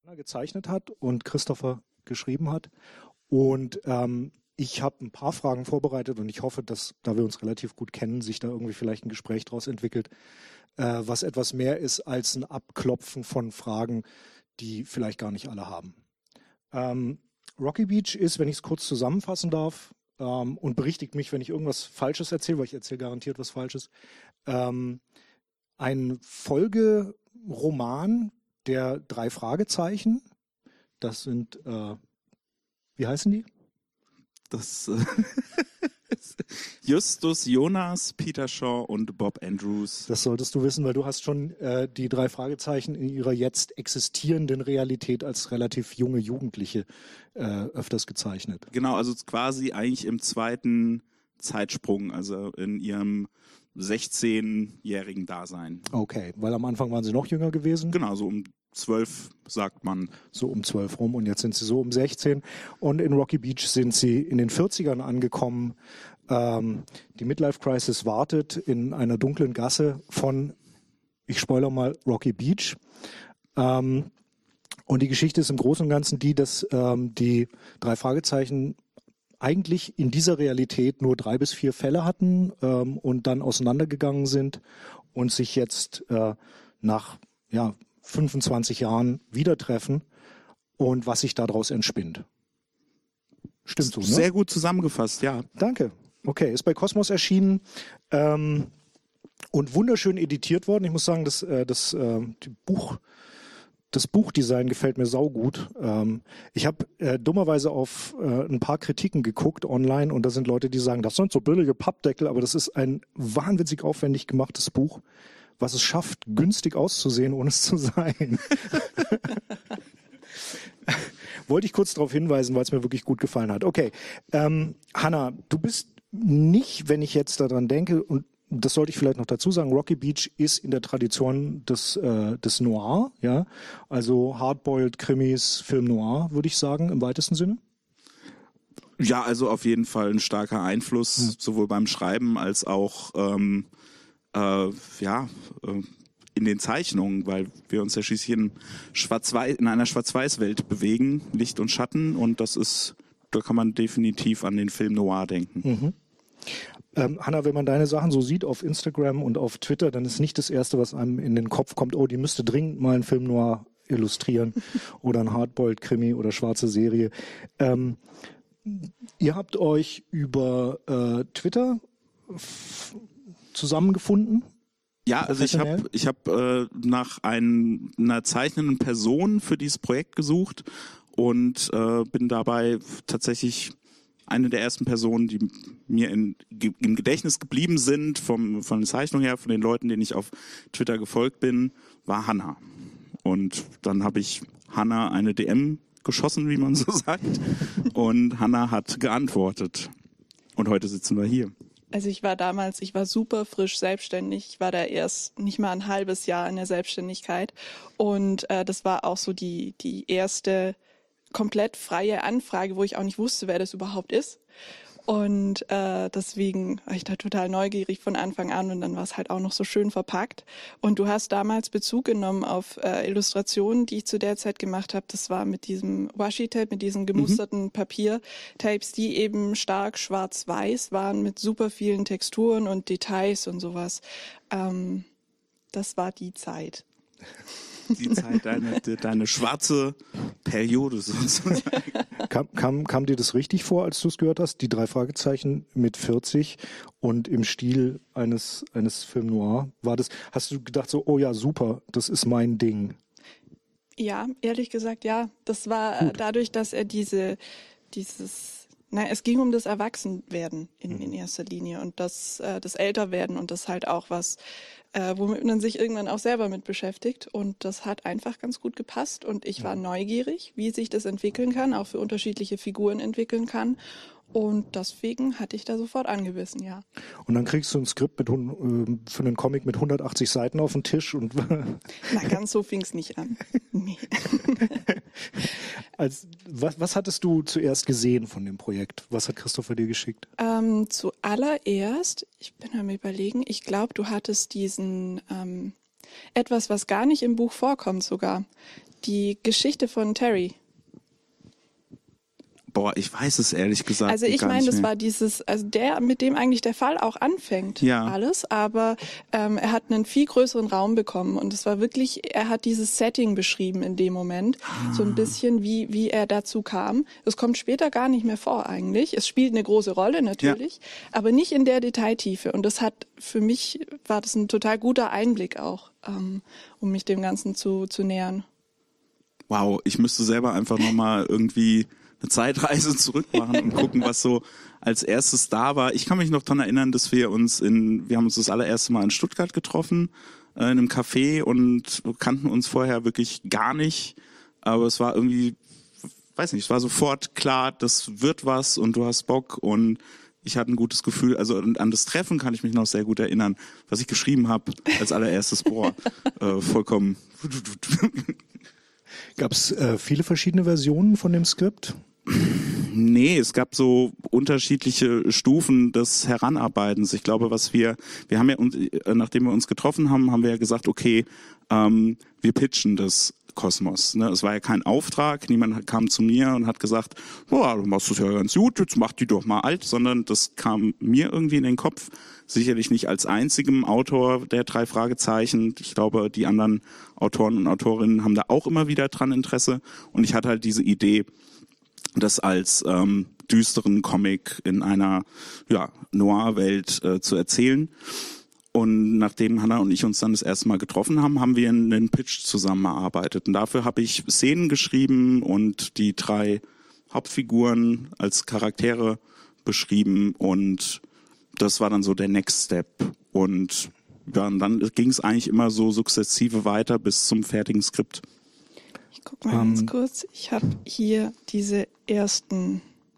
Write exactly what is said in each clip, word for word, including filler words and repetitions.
gezeichnet hat und Christopher geschrieben hat. Und ähm, ich habe ein paar Fragen vorbereitet und ich hoffe, dass, da wir uns relativ gut kennen, sich da irgendwie vielleicht ein Gespräch daraus entwickelt, äh, was etwas mehr ist als ein Abklopfen von Fragen, die vielleicht gar nicht alle haben. Ähm, Rocky Beach ist, wenn ich es kurz zusammenfassen darf, ähm, und berichtigt mich, wenn ich irgendwas Falsches erzähle, weil ich erzähle garantiert was Falsches, ähm, ein Folgeroman der drei Fragezeichen. Das sind, äh, wie heißen die? Das äh, Justus Jonas, Peter Shaw und Bob Andrews. Das solltest du wissen, weil du hast schon äh, die drei Fragezeichen in ihrer jetzt existierenden Realität als relativ junge Jugendliche äh, öfters gezeichnet. Genau, also quasi eigentlich im zweiten Zeitsprung, also in ihrem sechzehnjährigen Dasein. Okay, weil am Anfang waren sie noch jünger gewesen. Genau, so um zwölf sagt man. So um zwölf rum und jetzt sind sie so um sechzehn. Und in Rocky Beach sind sie in den vierzigern angekommen. Ähm, die Midlife Crisis wartet in einer dunklen Gasse von, ich spoiler mal, Rocky Beach. Ähm, und die Geschichte ist im Großen und Ganzen die, dass ähm, die drei Fragezeichen eigentlich in dieser Realität nur drei bis vier Fälle hatten ähm, und dann auseinandergegangen sind und sich jetzt äh, nach ja, fünfundzwanzig Jahren wieder treffen und was sich daraus entspinnt. Stimmt so, ne? Sehr gut zusammengefasst, ja. Danke. Okay, ist bei Kosmos erschienen ähm, und wunderschön editiert worden. Ich muss sagen, das, äh, das äh, die Buch, das Buchdesign gefällt mir saugut. Ähm, ich habe äh, dummerweise auf äh, ein paar Kritiken geguckt online und da sind Leute, die sagen, das sind so billige Pappdeckel, aber das ist ein wahnsinnig aufwendig gemachtes Buch, was es schafft, günstig auszusehen, ohne es zu sein. Wollte ich kurz darauf hinweisen, weil es mir wirklich gut gefallen hat. Okay, ähm, Hanna, du bist nicht, wenn ich jetzt daran denke, und das sollte ich vielleicht noch dazu sagen, Rocky Beach ist in der Tradition des, äh, des Noir, ja, also Hardboiled Krimis, Film Noir, würde ich sagen, im weitesten Sinne. Ja, also auf jeden Fall ein starker Einfluss, hm. sowohl beim Schreiben als auch ähm, äh, ja, äh, in den Zeichnungen, weil wir uns ja schließlich in, Schwarz-Weiß, in einer Schwarz-Weiß-Welt bewegen, Licht und Schatten, und das ist, da kann man definitiv an den Film Noir denken. Mhm. Ähm, Hanna, wenn man deine Sachen so sieht auf Instagram und auf Twitter, dann ist nicht das Erste, was einem in den Kopf kommt, oh, die müsste dringend mal einen Film Noir illustrieren oder ein Hardboiled-Krimi oder schwarze Serie. Ähm, ihr habt euch über äh, Twitter f- zusammengefunden? Ja, also ich habe ich hab, äh, nach ein, einer zeichnenden Person für dieses Projekt gesucht und äh, bin dabei tatsächlich eine der ersten Personen, die mir in, im Gedächtnis geblieben sind, vom, von der Zeichnung her, von den Leuten, denen ich auf Twitter gefolgt bin, war Hanna. Und dann habe ich Hanna eine D M geschossen, wie man so sagt, und Hanna hat geantwortet. Und heute sitzen wir hier. Also ich war damals, ich war super frisch selbstständig. Ich war da erst nicht mal ein halbes Jahr in der Selbstständigkeit. Und äh, das war auch so die die erste komplett freie Anfrage, wo ich auch nicht wusste, wer das überhaupt ist. Und äh, deswegen war ich da total neugierig von Anfang an und dann war es halt auch noch so schön verpackt. Und du hast damals Bezug genommen auf äh, Illustrationen, die ich zu der Zeit gemacht habe. Das war mit diesem Washi-Tape, mit diesen gemusterten mhm. Papiertapes, die eben stark schwarz-weiß waren mit super vielen Texturen und Details und sowas. Ähm, das war die Zeit. Die Zeit, deine, deine schwarze Periode sozusagen. Kam, kam, kam dir das richtig vor, als du es gehört hast? Die drei Fragezeichen mit vierzig und im Stil eines, eines Film Noir. War das, hast du gedacht so, oh ja, super, das ist mein Ding? Ja, ehrlich gesagt, ja. Das war Gut. dadurch, dass er diese, dieses, na, es ging um das Erwachsenwerden in, in erster Linie und das, äh, das Älterwerden und das halt auch was, äh, womit man sich irgendwann auch selber mit beschäftigt. Und das hat einfach ganz gut gepasst. Und ich war neugierig, wie sich das entwickeln kann, auch für unterschiedliche Figuren entwickeln kann. Und deswegen hatte ich da sofort angebissen, ja. Und dann kriegst du ein Skript mit, äh, für einen Comic mit hundertachtzig Seiten auf den Tisch und na, ganz so fing's nicht an. Nee. Als, was, was hattest du zuerst gesehen von dem Projekt? Was hat Christopher dir geschickt? Ähm, zuallererst, ich bin am Überlegen, ich glaube, du hattest diesen ähm, etwas, was gar nicht im Buch vorkommt sogar. die Geschichte von Terry. Boah, ich weiß es ehrlich gesagt Also ich gar meine, nicht das mehr. war dieses, also der, mit dem eigentlich der Fall auch anfängt, Ja. alles, aber ähm, er hat einen viel größeren Raum bekommen und es war wirklich, er hat dieses Setting beschrieben in dem Moment, ah. so ein bisschen wie wie er dazu kam. Es kommt später gar nicht mehr vor eigentlich. Es spielt eine große Rolle natürlich, ja. aber nicht in der Detailtiefe und das hat für mich war das ein total guter Einblick auch, ähm, um mich dem Ganzen zu zu nähern. Wow, ich müsste selber einfach nochmal irgendwie eine Zeitreise zurück machen und gucken, was so als erstes da war. Ich kann mich noch daran erinnern, dass wir uns in, wir haben uns das allererste Mal in Stuttgart getroffen, äh, in einem Café und kannten uns vorher wirklich gar nicht. Aber es war irgendwie, weiß nicht, es war sofort klar, das wird was und du hast Bock und ich hatte ein gutes Gefühl. Also an das Treffen kann ich mich noch sehr gut erinnern, was ich geschrieben habe als allererstes. Boah, äh, vollkommen. Gab es äh, viele verschiedene Versionen von dem Skript? Nee, es gab so unterschiedliche Stufen des Heranarbeitens. Ich glaube, was wir, wir haben ja, nachdem wir uns getroffen haben, haben wir ja gesagt, okay, ähm, wir pitchen das Kosmos. Ne? Es war ja kein Auftrag, niemand kam zu mir und hat gesagt, boah, du machst das ja ganz gut, jetzt mach die doch mal alt, sondern das kam mir irgendwie in den Kopf. Sicherlich nicht als einzigem Autor der drei Fragezeichen. Ich glaube, die anderen Autoren und Autorinnen haben da auch immer wieder dran Interesse. Und ich hatte halt diese Idee, das als ähm, düsteren Comic in einer ja, Noir-Welt äh, zu erzählen. Und nachdem Hannah und ich uns dann das erste Mal getroffen haben, haben wir einen Pitch zusammengearbeitet. Und dafür habe ich Szenen geschrieben und die drei Hauptfiguren als Charaktere beschrieben. Und das war dann so der Next Step. Und ja, und dann ging es eigentlich immer so sukzessive weiter bis zum fertigen Skript. Ich guck mal um, ganz kurz. Ich habe hier diese ersten.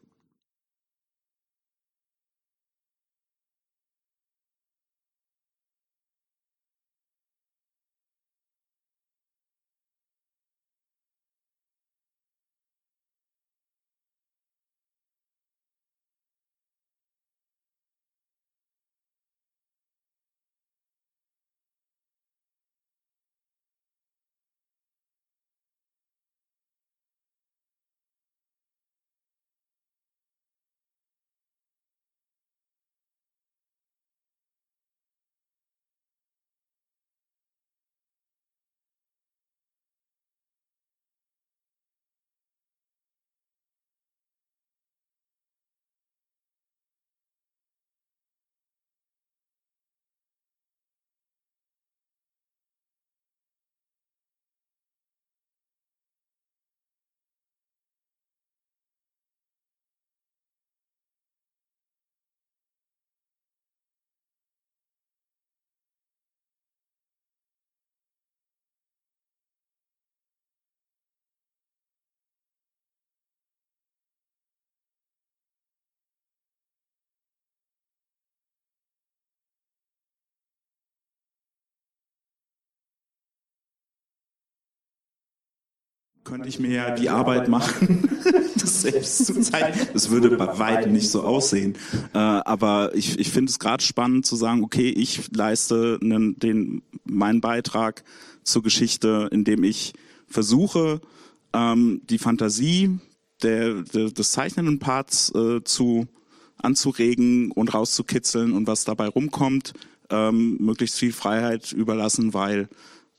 Könnte ich mir ja die Arbeit machen, das selbst zu zeigen. Das würde bei weitem nicht so aussehen. Äh, aber ich, ich finde es gerade spannend zu sagen, okay, ich leiste einen, den, meinen Beitrag zur Geschichte, indem ich versuche, ähm, die Fantasie der, der, des zeichnenden Parts äh, zu anzuregen und rauszukitzeln und was dabei rumkommt, ähm, möglichst viel Freiheit überlassen, weil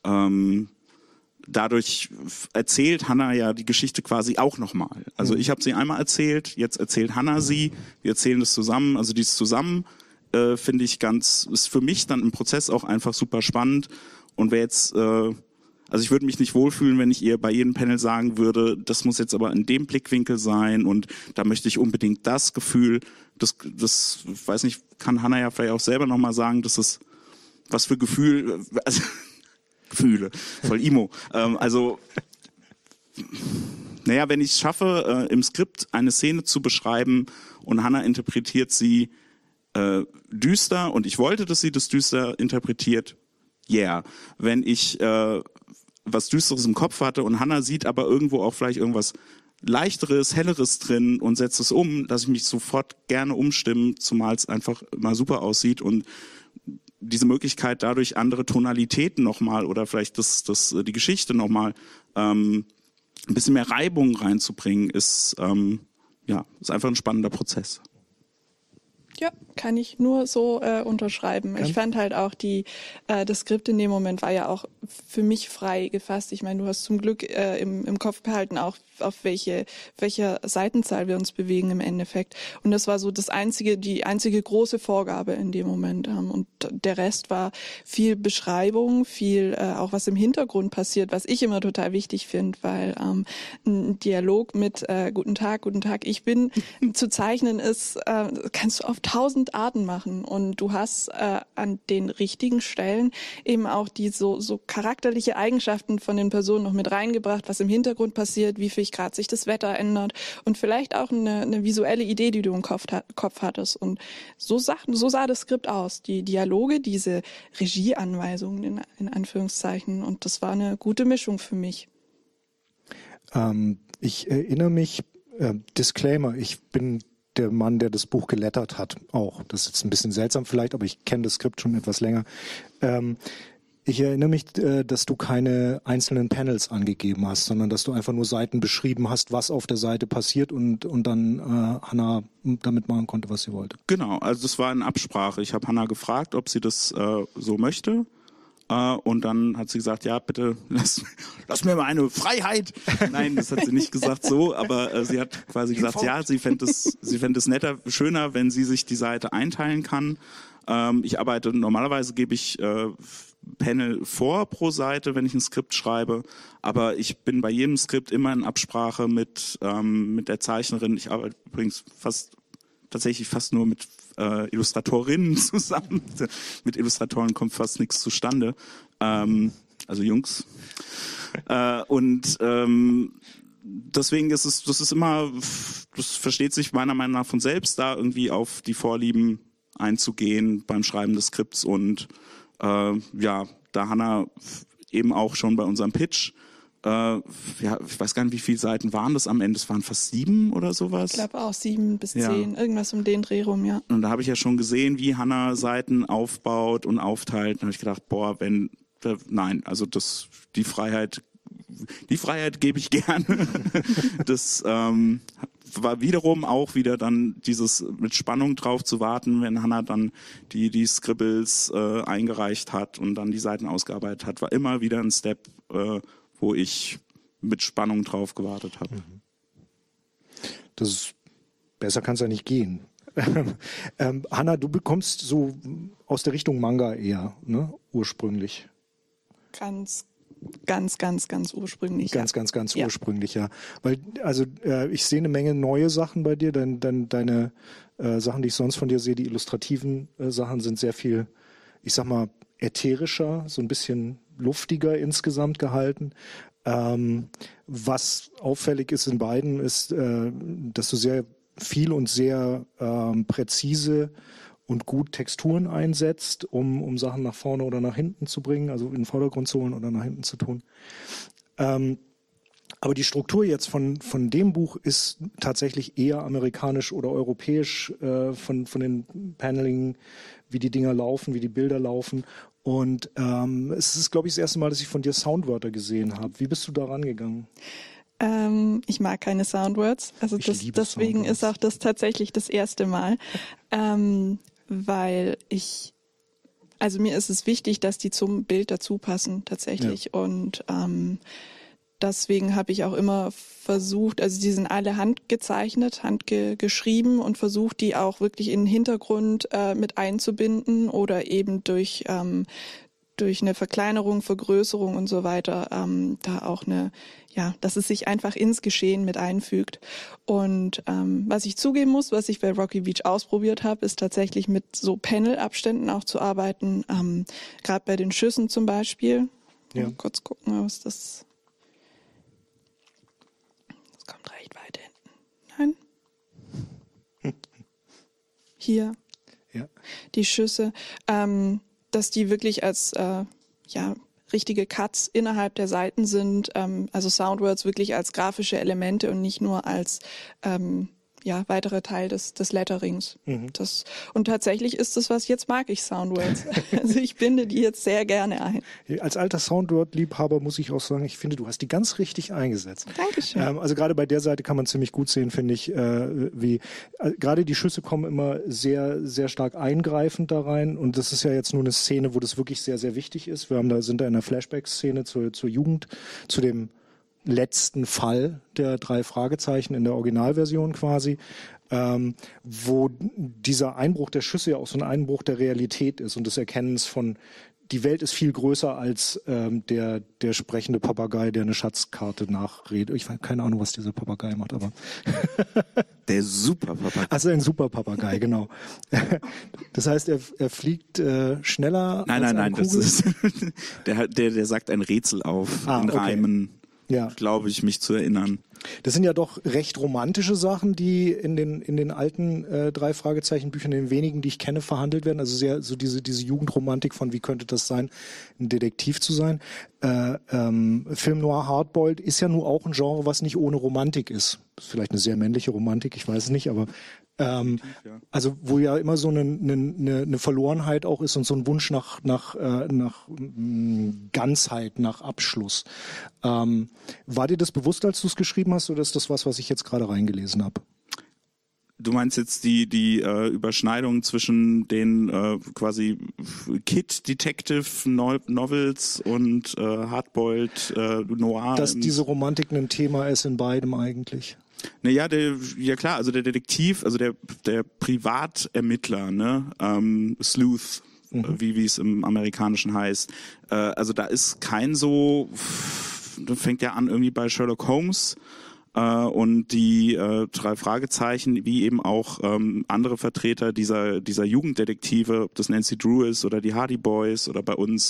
ähm, dadurch erzählt Hannah ja die Geschichte quasi auch nochmal. Also ich habe sie einmal erzählt, jetzt erzählt Hannah sie, wir erzählen das zusammen. Also dieses zusammen äh, finde ich ganz, ist für mich dann im Prozess auch einfach super spannend. Und wer jetzt, äh, also ich würde mich nicht wohlfühlen, wenn ich ihr bei jedem Panel sagen würde, das muss jetzt aber in dem Blickwinkel sein und da möchte ich unbedingt das Gefühl, das, das, weiß nicht, kann Hannah ja vielleicht auch selber nochmal sagen, dass es, was für Gefühl, also Gefühle, voll Emo. ähm, also, naja, wenn ich es schaffe, äh, im Skript eine Szene zu beschreiben und Hannah interpretiert sie äh, düster und ich wollte, dass sie das düster interpretiert, yeah. Wenn ich äh, was Düsteres im Kopf hatte und Hannah sieht aber irgendwo auch vielleicht irgendwas Leichteres, Helleres drin und setzt es um, dass ich mich sofort gerne umstimmen, zumal es einfach mal super aussieht und diese Möglichkeit, dadurch andere Tonalitäten nochmal oder vielleicht das, das, die Geschichte nochmal ähm, ein bisschen mehr Reibung reinzubringen, ist, ähm, ja, ist einfach ein spannender Prozess. Ja, kann ich nur so äh, unterschreiben. Kann. Ich fand halt auch die, äh, das Skript in dem Moment war ja auch für mich frei gefasst. Ich meine, du hast zum Glück äh, im, im Kopf behalten, auch auf welche, welcher Seitenzahl wir uns bewegen im Endeffekt. Und das war so das einzige, die einzige große Vorgabe in dem Moment. Ähm, und der Rest war viel Beschreibung, viel äh, auch was im Hintergrund passiert, was ich immer total wichtig finde, weil ähm, ein Dialog mit äh, Guten Tag, guten Tag, ich bin zu zeichnen ist, äh, kannst du auf tausend Arten machen. Und du hast äh, an den richtigen Stellen eben auch die so, so charakterliche Eigenschaften von den Personen noch mit reingebracht, was im Hintergrund passiert, wie viel Grad sich das Wetter ändert und vielleicht auch eine, eine visuelle Idee, die du im Kopf, Kopf hattest. Und so sah, so sah das Skript aus. Die Dialoge, diese Regieanweisungen in, in Anführungszeichen. Und das war eine gute Mischung für mich. Ähm, ich erinnere mich, äh, Disclaimer, ich bin der Mann, der das Buch gelettert hat, auch. Das ist jetzt ein bisschen seltsam vielleicht, aber ich kenne das Skript schon etwas länger. Ähm, Ich erinnere mich, dass du keine einzelnen Panels angegeben hast, sondern dass du einfach nur Seiten beschrieben hast, was auf der Seite passiert und, und dann äh, Hannah damit machen konnte, was sie wollte. Genau, also das war in Absprache. Ich habe Hannah gefragt, ob sie das äh, so möchte. Äh, und dann hat sie gesagt, ja, bitte lass, lass mir mal eine Freiheit. Nein, das hat sie nicht gesagt so, aber äh, sie hat quasi gesagt, ja, sie fände es, sie fände es netter, schöner, wenn sie sich die Seite einteilen kann. Ähm, ich arbeite, normalerweise gebe ich äh, Panel vor pro Seite, wenn ich ein Skript schreibe, aber ich bin bei jedem Skript immer in Absprache mit ähm, mit der Zeichnerin. Ich arbeite übrigens fast tatsächlich fast nur mit äh, Illustratorinnen zusammen. Mit Illustratoren kommt fast nichts zustande. Ähm, also Jungs. Äh, und ähm, deswegen ist es, das ist immer, das versteht sich meiner Meinung nach von selbst, da irgendwie auf die Vorlieben einzugehen beim Schreiben des Skripts und Äh, ja, da Hannah eben auch schon bei unserem Pitch, äh, ja, ich weiß gar nicht, wie viele Seiten waren das am Ende, es waren fast sieben oder sowas. Ich glaube auch sieben bis ja. zehn, irgendwas um den Dreh rum, ja. Und da habe ich ja schon gesehen, wie Hannah Seiten aufbaut und aufteilt. Da habe ich gedacht, boah, wenn, äh, nein, also das, die Freiheit, die Freiheit gebe ich gerne. das ähm, war wiederum auch wieder dann dieses mit Spannung drauf zu warten, wenn Hannah dann die die Scribbles äh, eingereicht hat und dann die Seiten ausgearbeitet hat, war immer wieder ein Step, äh, wo ich mit Spannung drauf gewartet habe. Das ist, besser kann es ja nicht gehen. ähm, Hannah, du bekommst so aus der Richtung Manga eher, ne, ursprünglich. Ganz Ganz, ganz, ganz ursprünglich. Ganz, ja. ganz, ganz ja. ursprünglich, ja. Weil, also äh, ich sehe eine Menge neue Sachen bei dir. Dein, dein, deine äh, Sachen, die ich sonst von dir sehe, die illustrativen äh, Sachen sind sehr viel, ich sag mal, ätherischer, so ein bisschen luftiger insgesamt gehalten. Ähm, was auffällig ist in beiden, ist, äh, dass du sehr viel und sehr ähm, präzise und gut Texturen einsetzt, um, um Sachen nach vorne oder nach hinten zu bringen, also in den Vordergrund zu holen oder nach hinten zu tun. Ähm, aber die Struktur jetzt von, von dem Buch ist tatsächlich eher amerikanisch oder europäisch, äh, von, von den Paneling, wie die Dinger laufen, wie die Bilder laufen. Und ähm, es ist, glaube ich, das erste Mal, dass ich von dir Soundwörter gesehen habe. Wie bist du da rangegangen? Ähm, ich mag keine Soundwords, also das, deswegen Soundwords. Ist auch das tatsächlich das erste Mal. Ähm, weil ich, also mir ist es wichtig, dass die zum Bild dazu passen tatsächlich ja. und ähm, deswegen habe ich auch immer versucht, also die sind alle handgezeichnet, handgeschrieben und versucht, die auch wirklich in den Hintergrund äh, mit einzubinden oder eben durch ähm, durch eine Verkleinerung, Vergrößerung und so weiter, ähm, da auch eine, ja, dass es sich einfach ins Geschehen mit einfügt. Und ähm, was ich zugeben muss, was ich bei Rocky Beach ausprobiert habe, ist tatsächlich mit so Panel-Abständen auch zu arbeiten, ähm, gerade bei den Schüssen zum Beispiel. Ja. Mal kurz gucken, was das... Das kommt recht weit hinten. Nein? Hier. Ja. Die Schüsse. Ähm, dass die wirklich als äh, ja richtige Cuts innerhalb der Seiten sind, ähm, also Soundwords wirklich als grafische Elemente und nicht nur als ähm, ja, weiterer Teil des, des Letterings. Mhm. Das, und tatsächlich ist das, was jetzt mag ich Soundwords. Also ich binde die jetzt sehr gerne ein. Als alter Soundword-Liebhaber muss ich auch sagen, ich finde, du hast die ganz richtig eingesetzt. Dankeschön. Ähm, also gerade bei der Seite kann man ziemlich gut sehen, finde ich, äh, wie äh, gerade die Schüsse kommen immer sehr, sehr stark eingreifend da rein. Und das ist ja jetzt nur eine Szene, wo das wirklich sehr, sehr wichtig ist. Wir haben da, sind da in einer Flashback-Szene zur, zur Jugend, zu dem letzten Fall der drei Fragezeichen in der Originalversion quasi, ähm, wo dieser Einbruch der Schüsse ja auch so ein Einbruch der Realität ist und des Erkennens von, die Welt ist viel größer als ähm, der, der sprechende Papagei, der eine Schatzkarte nachredet. Ich habe keine Ahnung, was dieser Papagei macht, aber... Der Superpapagei. Also ein Superpapagei, genau. Das heißt, er, er fliegt äh, schneller nein, als nein, eine nein, Kugel? das ist der, der, der sagt ein Rätsel auf ah, in okay. Reimen. Ja. Glaube ich, mich zu erinnern. Das sind ja doch recht romantische Sachen, die in den in den alten äh, drei Fragezeichen Büchern, in den wenigen, die ich kenne, verhandelt werden. Also sehr so diese diese Jugendromantik von wie könnte das sein, ein Detektiv zu sein. Äh, ähm, Film Noir Hardboiled ist ja nur auch ein Genre, was nicht ohne Romantik ist. Ist vielleicht eine sehr männliche Romantik, ich weiß es nicht, aber ähm, also wo ja immer so eine, eine, eine Verlorenheit auch ist und so ein Wunsch nach nach äh, nach mh, Ganzheit, nach Abschluss. Ähm, war dir das bewusst, als du es geschrieben hast, oder ist das was, was ich jetzt gerade reingelesen habe? Du meinst jetzt die die äh, Überschneidung zwischen den äh, quasi Kid-Detective no Novels und äh, Hardboiled äh, Noir? Dass diese Romantik ein Thema ist in beidem eigentlich. Naja, der, ja klar, also der Detektiv, also der der Privatermittler, ne, ähm, Sleuth, mhm. wie wie es im Amerikanischen heißt. Äh, also da ist kein so, das fängt ja an irgendwie bei Sherlock Holmes. Und die äh, drei Fragezeichen, wie eben auch ähm, andere Vertreter dieser dieser Jugenddetektive, ob das Nancy Drew ist oder die Hardy Boys oder bei uns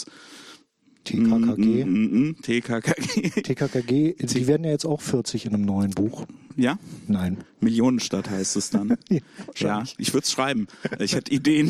T K K G. Mm, mm, mm, T K K G. T K K G, die werden ja jetzt auch vierzig in einem neuen Buch. Ja? Nein. Millionenstadt heißt es dann. ja, ja, ich würde es schreiben. Ich hätte Ideen.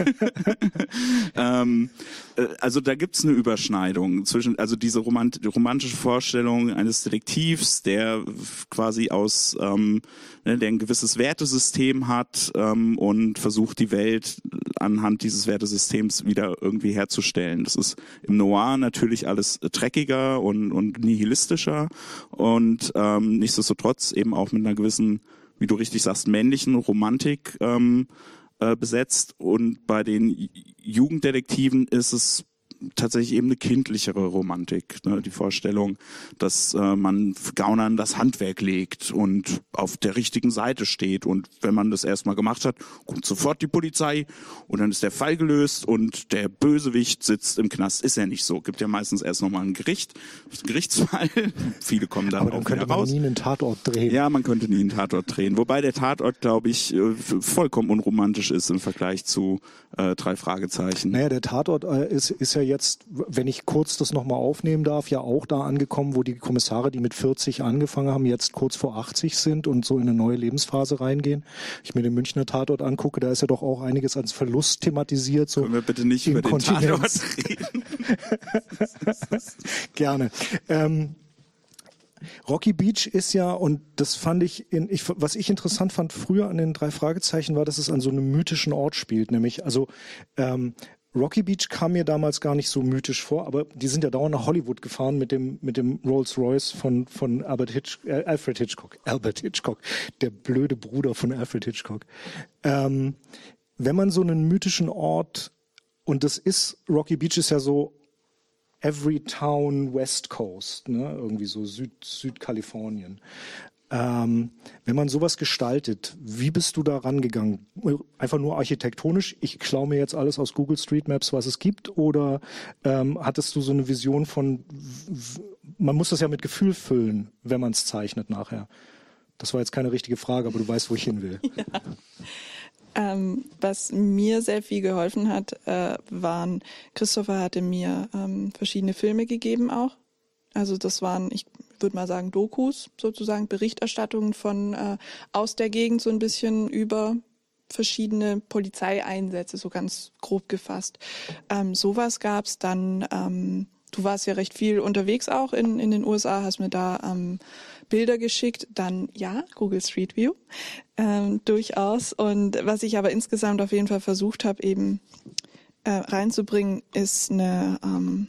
ähm, also da gibt's eine Überschneidung zwischen, also diese romant romantische Vorstellung eines Detektivs, der quasi aus, ähm, ne, der ein gewisses Wertesystem hat ähm, und versucht, die Welt anhand dieses Wertesystems wieder irgendwie herzustellen. Das ist im Noir natürlich alles dreckiger und, und nihilistischer und ähm, nichtsdestotrotz eben auch mit einer gewissen, wie du richtig sagst, männlichen Romantik ähm, äh, besetzt. Und bei den Jugenddetektiven ist es tatsächlich eben eine kindlichere Romantik, ne? Die Vorstellung, dass äh, man Gaunern das Handwerk legt und auf der richtigen Seite steht und wenn man das erstmal gemacht hat, kommt sofort die Polizei und dann ist der Fall gelöst und der Bösewicht sitzt im Knast. Ist ja nicht so. Gibt ja meistens erst nochmal ein Gericht, ein Gerichtsfall. Viele kommen dann Aber dann auch könnte wieder raus. man nie einen Tatort drehen. Ja, man könnte nie einen Tatort drehen. Wobei der Tatort, glaube ich, vollkommen unromantisch ist im Vergleich zu äh, drei Fragezeichen. Naja, der Tatort äh, ist, ist ja jetzt, wenn ich kurz das nochmal aufnehmen darf, ja auch da angekommen, wo die Kommissare, die mit vierzig angefangen haben, jetzt kurz vor achtzig sind und so in eine neue Lebensphase reingehen. Ich mir den Münchner Tatort angucke, da ist ja doch auch einiges als Verlust thematisiert. So Können wir bitte nicht über den Tatort reden? Gerne. Ähm, Rocky Beach ist ja, und das fand ich, in, ich, was ich interessant fand früher an den drei Fragezeichen war, dass es an so einem mythischen Ort spielt, nämlich, also ähm, Rocky Beach kam mir damals gar nicht so mythisch vor, aber die sind ja dauernd nach Hollywood gefahren mit dem mit dem Rolls Royce von von Albert Hitch, äh, Alfred Hitchcock, Albert Hitchcock, der blöde Bruder von Alfred Hitchcock. Ähm, wenn man so einen mythischen Ort, und das ist, Rocky Beach ist ja so Every Town West Coast, ne, irgendwie so Süd Südkalifornien. Ähm, wenn man sowas gestaltet, wie bist du da rangegangen? Einfach nur architektonisch, ich klaue mir jetzt alles aus Google Street Maps, was es gibt, oder ähm, hattest du so eine Vision von, man muss das ja mit Gefühl füllen, wenn man es zeichnet nachher. Das war jetzt keine richtige Frage, aber du weißt, wo ich hin will. Ja. Ähm, was mir sehr viel geholfen hat, äh, waren, Christopher hatte mir ähm, verschiedene Filme gegeben auch. Also das waren, ich würde mal sagen, Dokus, sozusagen Berichterstattungen von äh, aus der Gegend, so ein bisschen über verschiedene Polizeieinsätze, so ganz grob gefasst. Ähm, sowas gab's dann, ähm, du warst ja recht viel unterwegs auch in, in den U S A, hast mir da ähm, Bilder geschickt, dann ja, Google Street View, ähm, durchaus. Und was ich aber insgesamt auf jeden Fall versucht habe, eben äh, reinzubringen, ist eine ähm,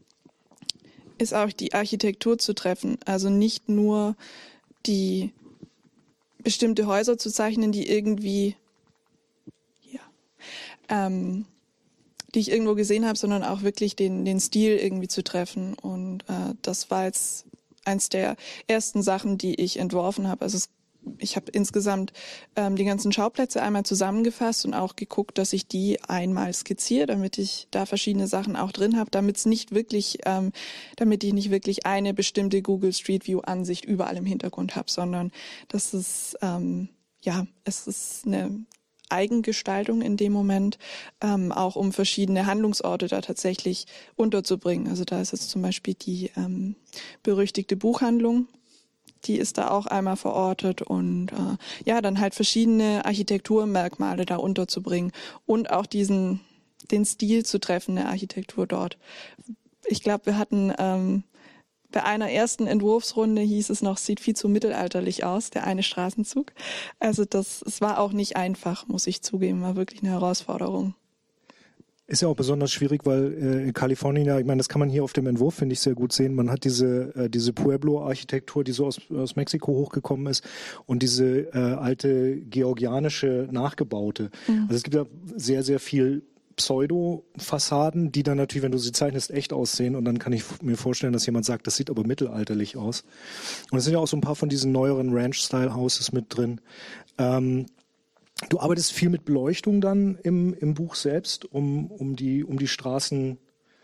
ist auch die Architektur zu treffen. Also nicht nur die bestimmte Häuser zu zeichnen, die irgendwie, ja, ähm, die ich irgendwo gesehen habe, sondern auch wirklich den, den Stil irgendwie zu treffen. Und äh, das war jetzt eins der ersten Sachen, die ich entworfen habe. Also es, ich habe insgesamt ähm, die ganzen Schauplätze einmal zusammengefasst und auch geguckt, dass ich die einmal skizziere, damit ich da verschiedene Sachen auch drin habe, damit es nicht wirklich, ähm, damit ich nicht wirklich eine bestimmte Google Street View Ansicht überall im Hintergrund habe, sondern das ist ähm, ja, es ist eine Eigengestaltung in dem Moment, ähm, auch um verschiedene Handlungsorte da tatsächlich unterzubringen. Also da ist jetzt zum Beispiel die ähm, berüchtigte Buchhandlung, die ist da auch einmal verortet und äh, ja, dann halt verschiedene Architekturmerkmale da unterzubringen und auch diesen, den Stil zu treffen der Architektur dort. Ich glaube, wir hatten ähm, bei einer ersten Entwurfsrunde hieß es noch, sieht viel zu mittelalterlich aus, der eine Straßenzug. Also das, es war auch nicht einfach, muss ich zugeben, war wirklich eine Herausforderung. Ist ja auch besonders schwierig, weil äh, in Kalifornien, ja, ich meine, das kann man hier auf dem Entwurf, finde ich, sehr gut sehen. Man hat diese äh, diese Pueblo-Architektur, die so aus, aus Mexiko hochgekommen ist und diese äh, alte georgianische nachgebaute. Mhm. Also es gibt ja sehr, sehr viel Pseudo-Fassaden, die dann natürlich, wenn du sie zeichnest, echt aussehen. Und dann kann ich mir vorstellen, dass jemand sagt, das sieht aber mittelalterlich aus. Und es sind ja auch so ein paar von diesen neueren Ranch-Style-Houses mit drin. Ähm, du arbeitest viel mit Beleuchtung dann im, im Buch selbst, um, um, die, um die Straßen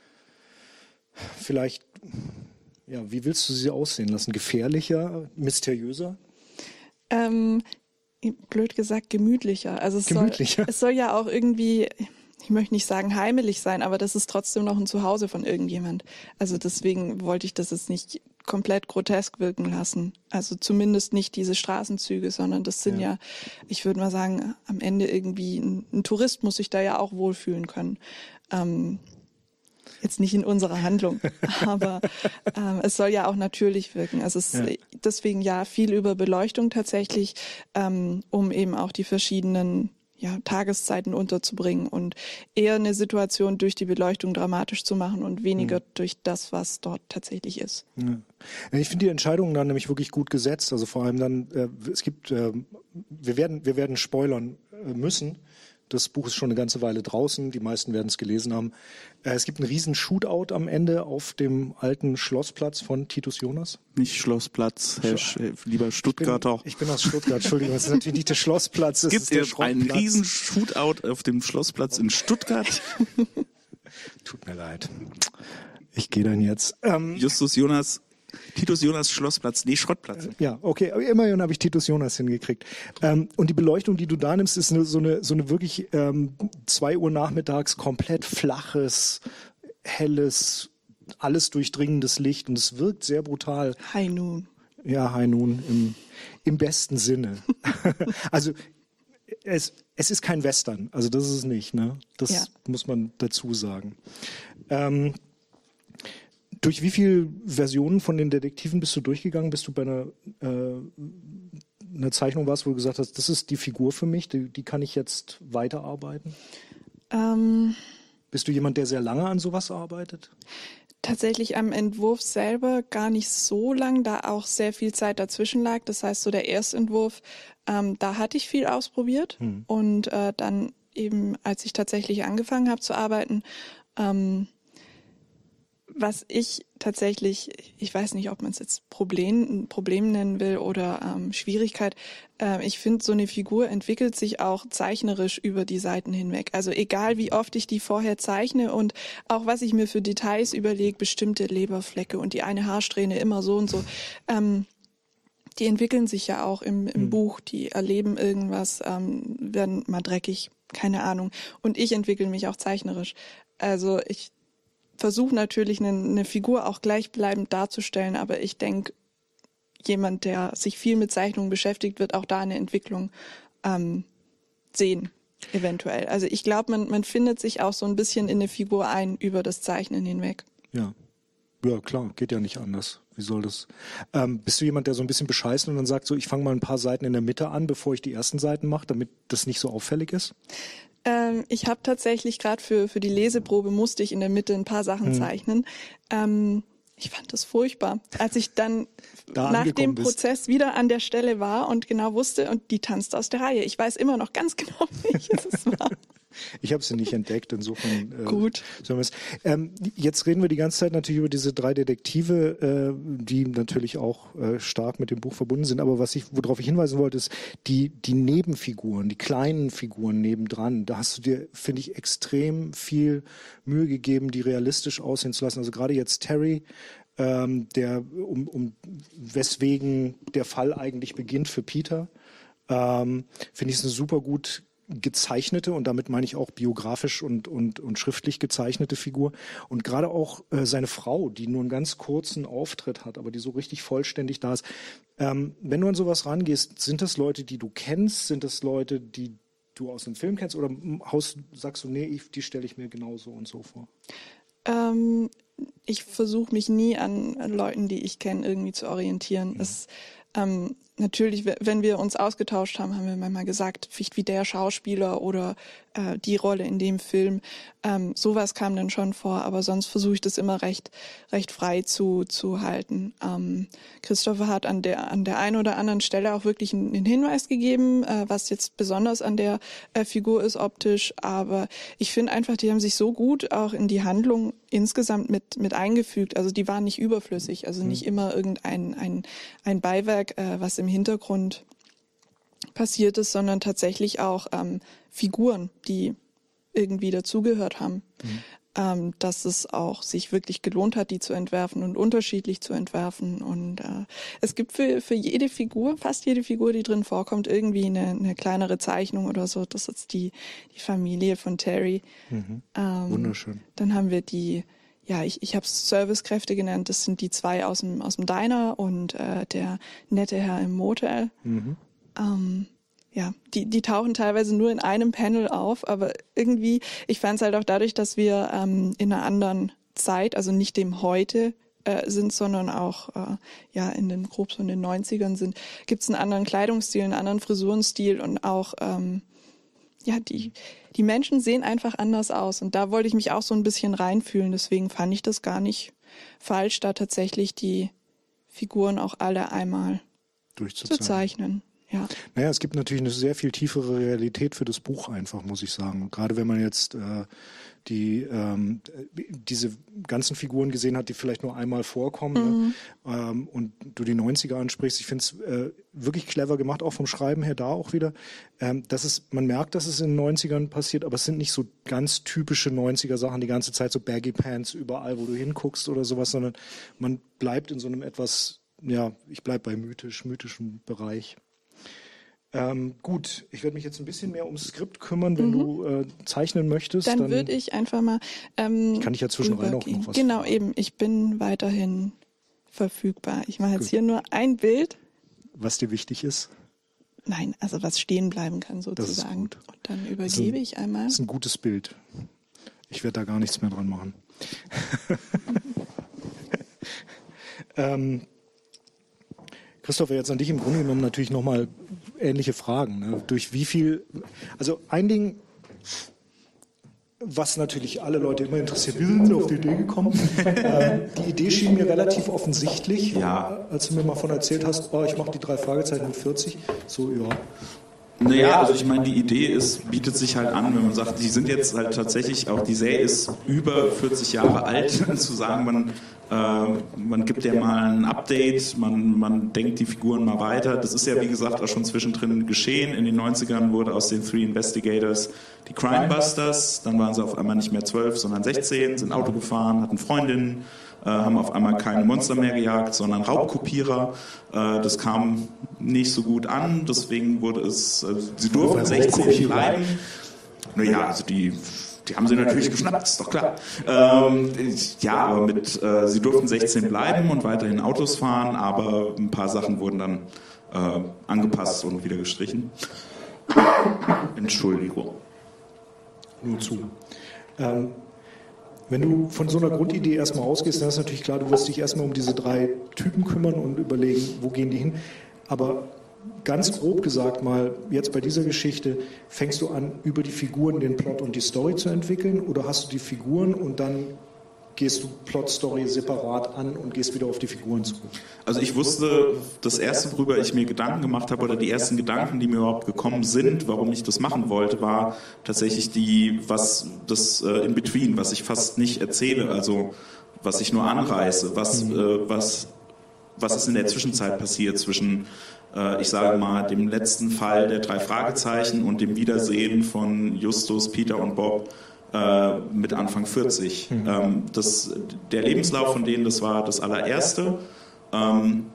vielleicht, ja, wie willst du sie aussehen lassen? Gefährlicher, mysteriöser? Ähm, blöd gesagt, gemütlicher. Also es, gemütlicher. Soll, es soll ja auch irgendwie, ich möchte nicht sagen heimelig sein, aber das ist trotzdem noch ein Zuhause von irgendjemand. Also deswegen wollte ich das jetzt nicht komplett grotesk wirken lassen. Also zumindest nicht diese Straßenzüge, sondern das sind ja, ja ich würde mal sagen, am Ende irgendwie ein, ein Tourist muss sich da ja auch wohlfühlen können. Ähm, jetzt nicht in unserer Handlung, aber ähm, es soll ja auch natürlich wirken. Also es, ja. deswegen ja viel über Beleuchtung tatsächlich, ähm, um eben auch die verschiedenen ja, Tageszeiten unterzubringen und eher eine Situation durch die Beleuchtung dramatisch zu machen und weniger mhm. durch das, was dort tatsächlich ist. Ja. Ich finde die Entscheidungen dann nämlich wirklich gut gesetzt. Also vor allem dann, äh, es gibt, äh, wir werden, wir werden spoilern äh, müssen. Das Buch ist schon eine ganze Weile draußen. Die meisten werden es gelesen haben. Äh, es gibt einen riesen Shootout am Ende auf dem alten Schlossplatz von Titus Jonas. Nicht Schlossplatz, Herr Sch äh, lieber Stuttgarter. Ich bin, ich bin aus Stuttgart, Entschuldigung. Es ist natürlich nicht der Schlossplatz. Es gibt es einen riesen Shootout auf dem Schlossplatz in Stuttgart. Tut mir leid. Ich gehe dann jetzt. Ähm, Justus Jonas... Titus Jonas Schlossplatz, nee, Schrottplatz. Ja, okay, aber immerhin habe ich Titus Jonas hingekriegt. Ähm, und die Beleuchtung, die du da nimmst, ist eine, so eine so eine wirklich ähm, zwei Uhr nachmittags komplett flaches, helles, alles durchdringendes Licht und es wirkt sehr brutal. High Noon. Ja, High Noon im, im besten Sinne. Also es, es ist kein Western, also das ist es nicht, ne? Das ja. muss man dazu sagen. Ähm, Durch wie viele Versionen von den Detektiven bist du durchgegangen, bis du bei einer, äh, einer Zeichnung warst, wo du gesagt hast, das ist die Figur für mich, die, die kann ich jetzt weiterarbeiten? Ähm, bist du jemand, der sehr lange an sowas arbeitet? Tatsächlich am Entwurf selber gar nicht so lang, da auch sehr viel Zeit dazwischen lag. Das heißt, so der Erstentwurf, ähm, da hatte ich viel ausprobiert. Hm. Und äh, dann eben, als ich tatsächlich angefangen habe zu arbeiten, ähm, was ich tatsächlich, ich weiß nicht, ob man es jetzt Problem, Problem nennen will oder ähm, Schwierigkeit, äh, ich finde, so eine Figur entwickelt sich auch zeichnerisch über die Seiten hinweg. Also egal, wie oft ich die vorher zeichne und auch was ich mir für Details überlege, bestimmte Leberflecke und die eine Haarsträhne immer so und so, ähm, die entwickeln sich ja auch im, im mhm. Buch, die erleben irgendwas, ähm, werden mal dreckig, keine Ahnung. Und ich entwickle mich auch zeichnerisch. Also ich versuche natürlich eine, eine Figur auch gleichbleibend darzustellen, aber ich denke, jemand, der sich viel mit Zeichnungen beschäftigt, wird auch da eine Entwicklung ähm, sehen, eventuell. Also ich glaube, man, man findet sich auch so ein bisschen in eine Figur ein über das Zeichnen hinweg. Ja, ja klar, geht ja nicht anders. Wie soll das? Ähm, bist du jemand, der so ein bisschen bescheißt und dann sagt so, ich fange mal ein paar Seiten in der Mitte an, bevor ich die ersten Seiten mache, damit das nicht so auffällig ist? Ähm, ich habe tatsächlich gerade für, für die Leseprobe musste ich in der Mitte ein paar Sachen hm. zeichnen. Ähm, ich fand das furchtbar. Als ich dann da nach dem bist. Prozess wieder an der Stelle war und genau wusste, und die tanzt aus der Reihe. Ich weiß immer noch ganz genau, welches es war. Ich habe sie nicht entdeckt, insofern. Äh, Gut. Ähm, jetzt reden wir die ganze Zeit natürlich über diese drei Detektive, äh, die natürlich auch äh, stark mit dem Buch verbunden sind. Aber was ich, worauf ich hinweisen wollte, ist die, die Nebenfiguren, die kleinen Figuren nebendran. Da hast du dir, finde ich, extrem viel Mühe gegeben, die realistisch aussehen zu lassen. Also gerade jetzt Terry, ähm, der um, um weswegen der Fall eigentlich beginnt für Peter, ähm, finde ich es eine super gut gezeichnete, und damit meine ich auch biografisch und, und, und schriftlich gezeichnete Figur. Und gerade auch äh, seine Frau, die nur einen ganz kurzen Auftritt hat, aber die so richtig vollständig da ist. Ähm, wenn du an sowas rangehst, sind das Leute, die du kennst? Sind das Leute, die du aus einem Film kennst? Oder haust, sagst du, nee, ich, die stelle ich mir genau so und so vor? Ähm, ich versuche mich nie an Leuten, die ich kenne, irgendwie zu orientieren. Mhm. Es Ähm, natürlich, wenn wir uns ausgetauscht haben, haben wir manchmal gesagt, vielleicht wie der Schauspieler oder äh, die Rolle in dem Film. Ähm, sowas kam dann schon vor, aber sonst versuche ich das immer recht recht frei zu zu halten. Ähm, Christopher hat an der an der einen oder anderen Stelle auch wirklich einen, einen Hinweis gegeben, äh, was jetzt besonders an der äh, Figur ist optisch. Aber ich finde einfach, die haben sich so gut auch in die Handlung insgesamt mit mit eingefügt. Also die waren nicht überflüssig, also nicht immer irgendein ein ein Beiwerk, äh, was im Hintergrund passiert ist, sondern tatsächlich auch ähm, Figuren, die irgendwie dazugehört haben. Mhm. Ähm, dass es auch sich wirklich gelohnt hat, die zu entwerfen und unterschiedlich zu entwerfen. Und äh, es gibt für für jede Figur, fast jede Figur, die drin vorkommt, irgendwie eine, eine kleinere Zeichnung oder so. Das ist die die Familie von Terry. Mhm. Ähm, Wunderschön. Dann haben wir die Ja, ich, ich habe es Servicekräfte genannt. Das sind die zwei aus dem aus dem Diner und äh, der nette Herr im Motel. Mhm. Ähm, ja, die die tauchen teilweise nur in einem Panel auf, aber irgendwie, ich fand es halt auch dadurch, dass wir ähm, in einer anderen Zeit, also nicht dem Heute äh, sind, sondern auch äh, ja in den grob so in den neunzigern sind, gibt es einen anderen Kleidungsstil, einen anderen Frisurenstil und auch ähm, ja, die, die Menschen sehen einfach anders aus. Und da wollte ich mich auch so ein bisschen reinfühlen. Deswegen fand ich das gar nicht falsch, da tatsächlich die Figuren auch alle einmal zu zeichnen. Ja. Naja, es gibt natürlich eine sehr viel tiefere Realität für das Buch einfach, muss ich sagen. Und gerade wenn man jetzt äh, die ähm, diese ganzen Figuren gesehen hat, die vielleicht nur einmal vorkommen, mhm. ne? ähm, und du die neunziger ansprichst, ich finde es äh, wirklich clever gemacht, auch vom Schreiben her da auch wieder. Ähm, dass es, man merkt, dass es in den neunzigern passiert, aber es sind nicht so ganz typische neunziger Sachen, die ganze Zeit so Baggy Pants überall, wo du hinguckst oder sowas, sondern man bleibt in so einem etwas, ja, ich bleib bei mythisch, mythischen Bereich. Ähm, gut, ich werde mich jetzt ein bisschen mehr ums Skript kümmern, wenn mhm. du äh, zeichnen möchtest. Dann, dann würde ich einfach mal ähm, ich kann dich ja zwischenrein auch noch was Genau, fragen. Eben. Ich bin weiterhin verfügbar. Ich mache jetzt gut. Hier nur ein Bild. Was dir wichtig ist? Nein, also was stehen bleiben kann sozusagen. Das ist gut. Und dann übergebe ein, ich einmal. Das ist ein gutes Bild. Ich werde da gar nichts mehr dran machen. ähm, Christopher, jetzt an dich im Grunde genommen natürlich nochmal ähnliche Fragen. Ne? Durch wie viel, also ein Ding, was natürlich alle Leute immer interessiert, wie sind sie auf die Idee gekommen? ähm, die Idee schien mir relativ offensichtlich, ja. Als du mir mal von erzählt hast, oh, ich mache die drei Fragezeichen mit vierzig, so ja. Naja, also ich meine, die Idee ist, bietet sich halt an, wenn man sagt, die sind jetzt halt tatsächlich, auch die Serie ist über vierzig Jahre alt, zu sagen, man Äh, man gibt ja mal ein Update, man, man denkt die Figuren mal weiter. Das ist ja, wie gesagt, auch schon zwischendrin geschehen. In den neunzigern wurde aus den Three Investigators die Crimebusters. Dann waren sie auf einmal nicht mehr zwölf, sondern sechzehn, sind Auto gefahren, hatten Freundinnen, äh, haben auf einmal keine Monster mehr gejagt, sondern Raubkopierer. Äh, das kam nicht so gut an, deswegen wurde es, äh, sie durften sechzehn bleiben. Naja, also die... Die haben sie natürlich geschnappt, ist doch klar. Ähm, ja, aber mit, äh, sie durften sechzehn bleiben und weiterhin Autos fahren, aber ein paar Sachen wurden dann äh, angepasst und wieder gestrichen. Entschuldigung. Nur zu. Ähm, Wenn du von so einer Grundidee erstmal ausgehst, dann ist natürlich klar, du wirst dich erstmal um diese drei Typen kümmern und überlegen, wo gehen die hin. Aber ganz grob gesagt mal, jetzt bei dieser Geschichte, fängst du an, über die Figuren den Plot und die Story zu entwickeln, oder hast du die Figuren und dann gehst du Plot, Story separat an und gehst wieder auf die Figuren zurück? Also ich wusste, das erste, worüber ich mir Gedanken gemacht habe, oder die ersten Gedanken, die mir überhaupt gekommen sind, warum ich das machen wollte, war tatsächlich die, was das äh, in between, was ich fast nicht erzähle, also was ich nur anreiße, was, äh, was, was ist in der Zwischenzeit passiert zwischen, äh, ich sage mal, dem letzten Fall der drei Fragezeichen und dem Wiedersehen von Justus, Peter und Bob mit Anfang vierzig. Ähm, das, der Lebenslauf von denen, das war das allererste. Ähm,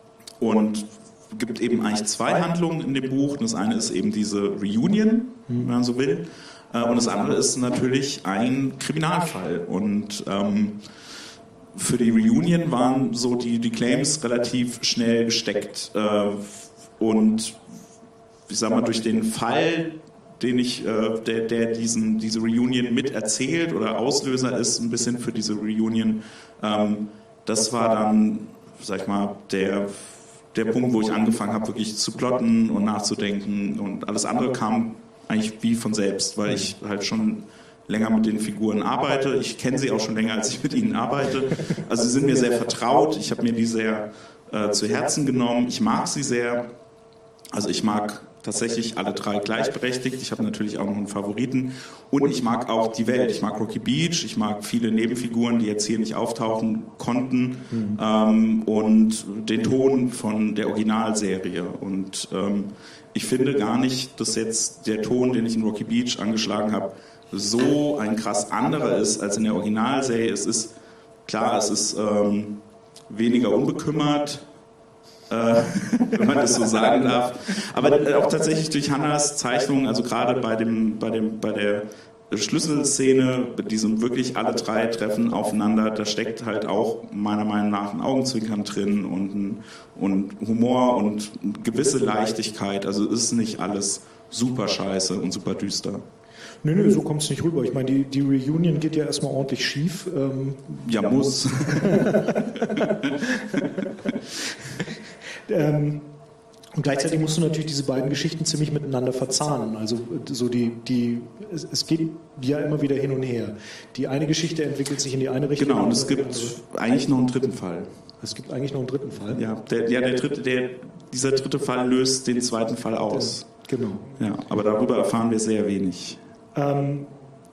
und gibt eben eigentlich zwei Handlungen in dem Buch. Das eine ist eben diese Reunion, wenn man so will. Äh, und das andere ist natürlich ein Kriminalfall. Und ähm, für die Reunion waren so die, die Claims relativ schnell gesteckt. Äh, und ich sag mal, durch den Fall, den ich, äh, der, der diesen, diese Reunion miterzählt oder Auslöser ist, ein bisschen für diese Reunion. Ähm, das war dann, sag ich mal, der, der Punkt, wo ich angefangen habe, wirklich zu plotten und nachzudenken, und alles andere kam eigentlich wie von selbst, weil ich halt schon länger mit den Figuren arbeite. Ich kenne sie auch schon länger, als ich mit ihnen arbeite. Also sie sind mir sehr vertraut. Ich habe mir die sehr äh, zu Herzen genommen. Ich mag sie sehr. Also ich mag tatsächlich alle drei gleichberechtigt. Ich habe natürlich auch noch einen Favoriten. Und ich mag auch die Welt. Ich mag Rocky Beach. Ich mag viele Nebenfiguren, die jetzt hier nicht auftauchen konnten. Mhm. Ähm, und den Ton von der Originalserie. Und ähm, ich finde gar nicht, dass jetzt der Ton, den ich in Rocky Beach angeschlagen habe, so ein krass anderer ist als in der Originalserie. Es ist klar, es ist ähm, weniger unbekümmert, äh, wenn man das so sagen darf. Aber auch tatsächlich durch Hannas Zeichnung, also gerade bei dem, bei dem, bei der Schlüsselszene, bei diesem wirklich alle drei treffen aufeinander, da steckt halt auch meiner Meinung nach ein Augenzwinkern drin und, ein, und Humor und eine gewisse Leichtigkeit. Also ist nicht alles super scheiße und super düster. Nö, nö, so kommt es nicht rüber. Ich meine, die, die Reunion geht ja erstmal ordentlich schief. Ähm, ja, ja, muss. ähm, und gleichzeitig musst du natürlich diese beiden Geschichten ziemlich miteinander verzahnen. Also so die, die, es, es geht ja immer wieder hin und her. Die eine Geschichte entwickelt sich in die eine Richtung. Genau, und es gibt eigentlich noch einen dritten Fall. Es gibt eigentlich noch einen dritten Fall. Ja, der, ja der dritte, der, dieser dritte Fall löst den zweiten Fall aus. Genau. Ja, aber darüber erfahren wir sehr wenig. Ähm,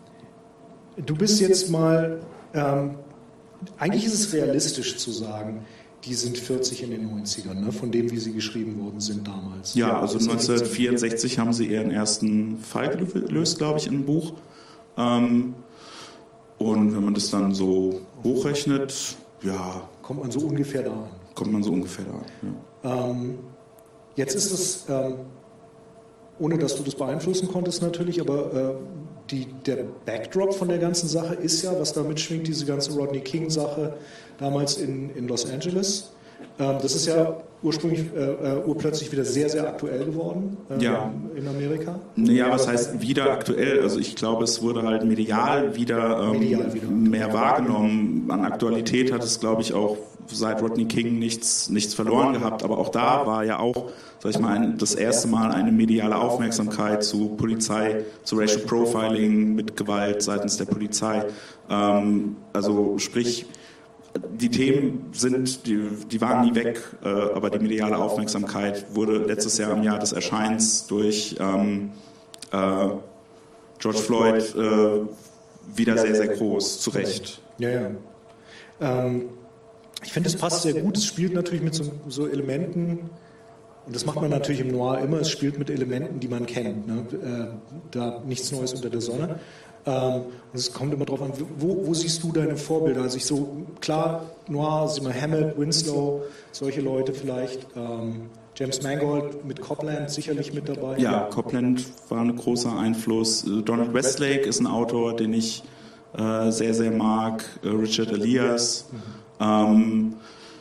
du bist jetzt mal, ähm, eigentlich ist es realistisch zu sagen, die sind vierzig in den neunzigern, ne, von dem, wie sie geschrieben worden sind damals. Ja, also neunzehnhundertvierundsechzig haben sie ihren ersten Fall gelöst, glaube ich, im Buch. Ähm, und wenn man das dann so hochrechnet, ja. Kommt man so ungefähr da an. Kommt man so ungefähr da an, ja. Ähm, jetzt ist es, ähm, ohne dass du das beeinflussen konntest natürlich, aber äh, die, der Backdrop von der ganzen Sache ist ja, was da mitschwingt, diese ganze Rodney King-Sache damals in, in Los Angeles. Ähm, das ist ja ursprünglich, äh, urplötzlich wieder sehr, sehr aktuell geworden äh, ja. in Amerika. Ja, was heißt wieder aktuell? Also ich glaube, es wurde halt medial wieder, ähm, medial wieder mehr wahrgenommen. An Aktualität hat es, glaube ich, auch seit Rodney King nichts, nichts verloren gehabt. Aber auch da war ja auch, sag ich mal, ein, das erste Mal eine mediale Aufmerksamkeit zu Polizei, zu Racial Profiling mit Gewalt seitens der Polizei. Ähm, also sprich, die Themen sind, die, die waren nie weg, äh, aber die mediale Aufmerksamkeit wurde letztes Jahr im Jahr des Erscheinens durch ähm, äh, George Floyd äh, wieder sehr, sehr groß, zu Recht. Ja, ja. Ähm, ich finde, es passt sehr gut. Es spielt natürlich mit so, so Elementen, und das macht man natürlich im Noir immer, es spielt mit Elementen, die man kennt. Ne? Äh, da nichts Neues unter der Sonne. Ähm, es kommt immer darauf an, wo, wo siehst du deine Vorbilder? Also ich so, klar, Noir, sieh mal, Hammett, Winslow, solche Leute vielleicht. Ähm, James Mangold mit Copland sicherlich mit dabei. Ja, Copland war ein großer Einfluss. Donald Westlake ist ein Autor, den ich äh, sehr, sehr mag. Richard Elias. Mhm. Ähm,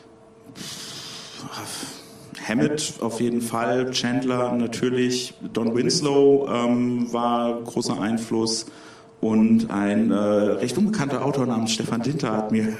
Hammett auf jeden Fall, Chandler natürlich, Don Winslow ähm, war großer Einfluss. Und ein äh, recht unbekannter Autor namens Stefan Dinter hat mir,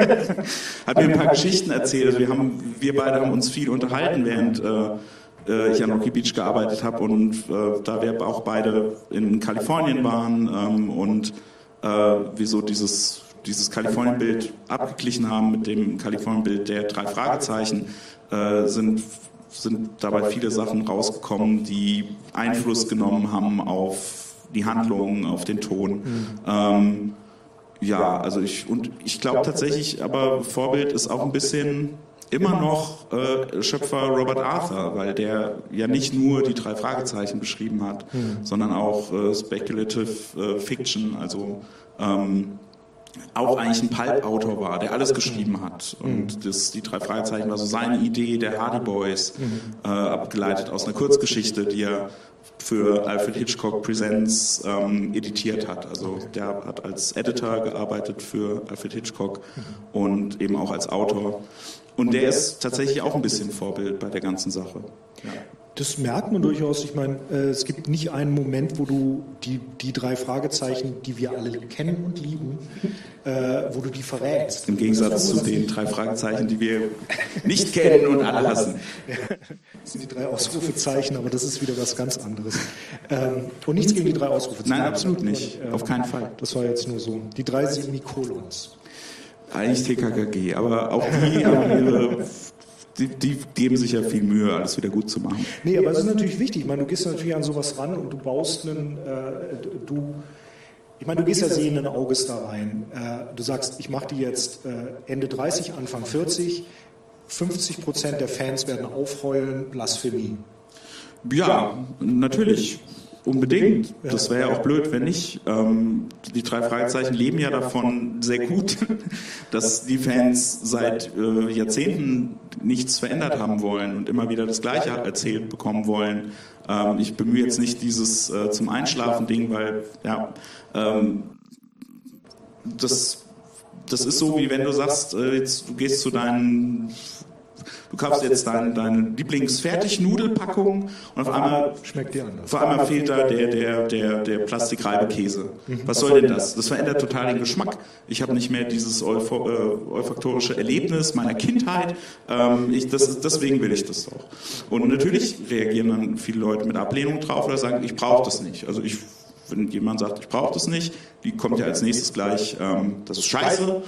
hat mir ein paar Geschichten erzählt. Also wir, haben, wir beide haben uns viel unterhalten, während äh, ich an Rocky Beach gearbeitet habe. Und äh, da wir auch beide in Kalifornien waren ähm, und äh, wir so dieses, dieses Kalifornien-Bild abgeglichen haben mit dem Kalifornien-Bild der drei Fragezeichen, äh, sind sind dabei viele Sachen rausgekommen, die Einfluss genommen haben auf die Handlung, auf den Ton. Mhm. Ähm, ja, also ich und ich glaube tatsächlich, aber Vorbild ist auch ein bisschen immer noch äh, Schöpfer Robert Arthur, weil der ja nicht nur die drei Fragezeichen beschrieben hat, mhm. sondern auch äh, Speculative äh, Fiction, also ähm, auch eigentlich ein Pulp-Autor war, der alles geschrieben hat. Und das, die drei Fragezeichen war so seine Idee der Hardy Boys, äh, abgeleitet aus einer Kurzgeschichte, die er für Alfred Hitchcock Presents ähm, editiert hat. Also der hat als Editor gearbeitet für Alfred Hitchcock und eben auch als Autor. Und der ist tatsächlich auch ein bisschen Vorbild bei der ganzen Sache. Ja. Das merkt man durchaus. Ich meine, äh, es gibt nicht einen Moment, wo du die, die drei Fragezeichen, die wir alle kennen und lieben, äh, wo du die verrätst. Im Gegensatz zu den drei Fragezeichen, die wir nicht kennen und alle hassen. Das sind die drei Ausrufezeichen, aber das ist wieder was ganz anderes. Ähm, und nichts gegen die drei Ausrufezeichen. Nein, absolut nicht. Äh, Auf keinen Fall. Das war jetzt nur so. Die drei Semikolons. Eigentlich T K K G, aber auch die haben ihre... Die, die geben sich ja viel Mühe, alles wieder gut zu machen. Nee, aber es ist natürlich wichtig. Ich meine, du gehst natürlich an sowas ran und du baust einen, äh, du, ich meine, du gehst ja sehenden Auges da rein. Äh, du sagst, ich mache die jetzt äh, Ende dreißig, Anfang vierzig, fünfzig Prozent der Fans werden aufheulen, Blasphemie. Ja, natürlich. Unbedingt. Das wäre ja auch blöd, wenn nicht. Ähm, die drei Fragezeichen leben ja davon sehr gut, dass die Fans seit äh, Jahrzehnten nichts verändert haben wollen und immer wieder das Gleiche erzählt bekommen wollen. Ähm, ich bemühe jetzt nicht dieses äh, zum Einschlafen-Ding, weil ja, ähm, das, das ist so, wie wenn du sagst, äh, jetzt, du gehst zu deinen... Du kaufst jetzt deine, deine Lieblingsfertignudelpackung und auf einmal, schmeckt die anders. Auf einmal fehlt da der, der, der, der Plastikreibekäse. Was soll denn das? Das verändert total den Geschmack. Ich habe nicht mehr dieses olfa- äh, olfaktorische Erlebnis meiner Kindheit. Ähm, ich, das, deswegen will ich das auch. Und natürlich reagieren dann viele Leute mit Ablehnung drauf oder sagen, ich brauche das nicht. Also ich Wenn jemand sagt, ich brauche das nicht, die kommt ja als nächstes gleich, ähm, das ist scheiße,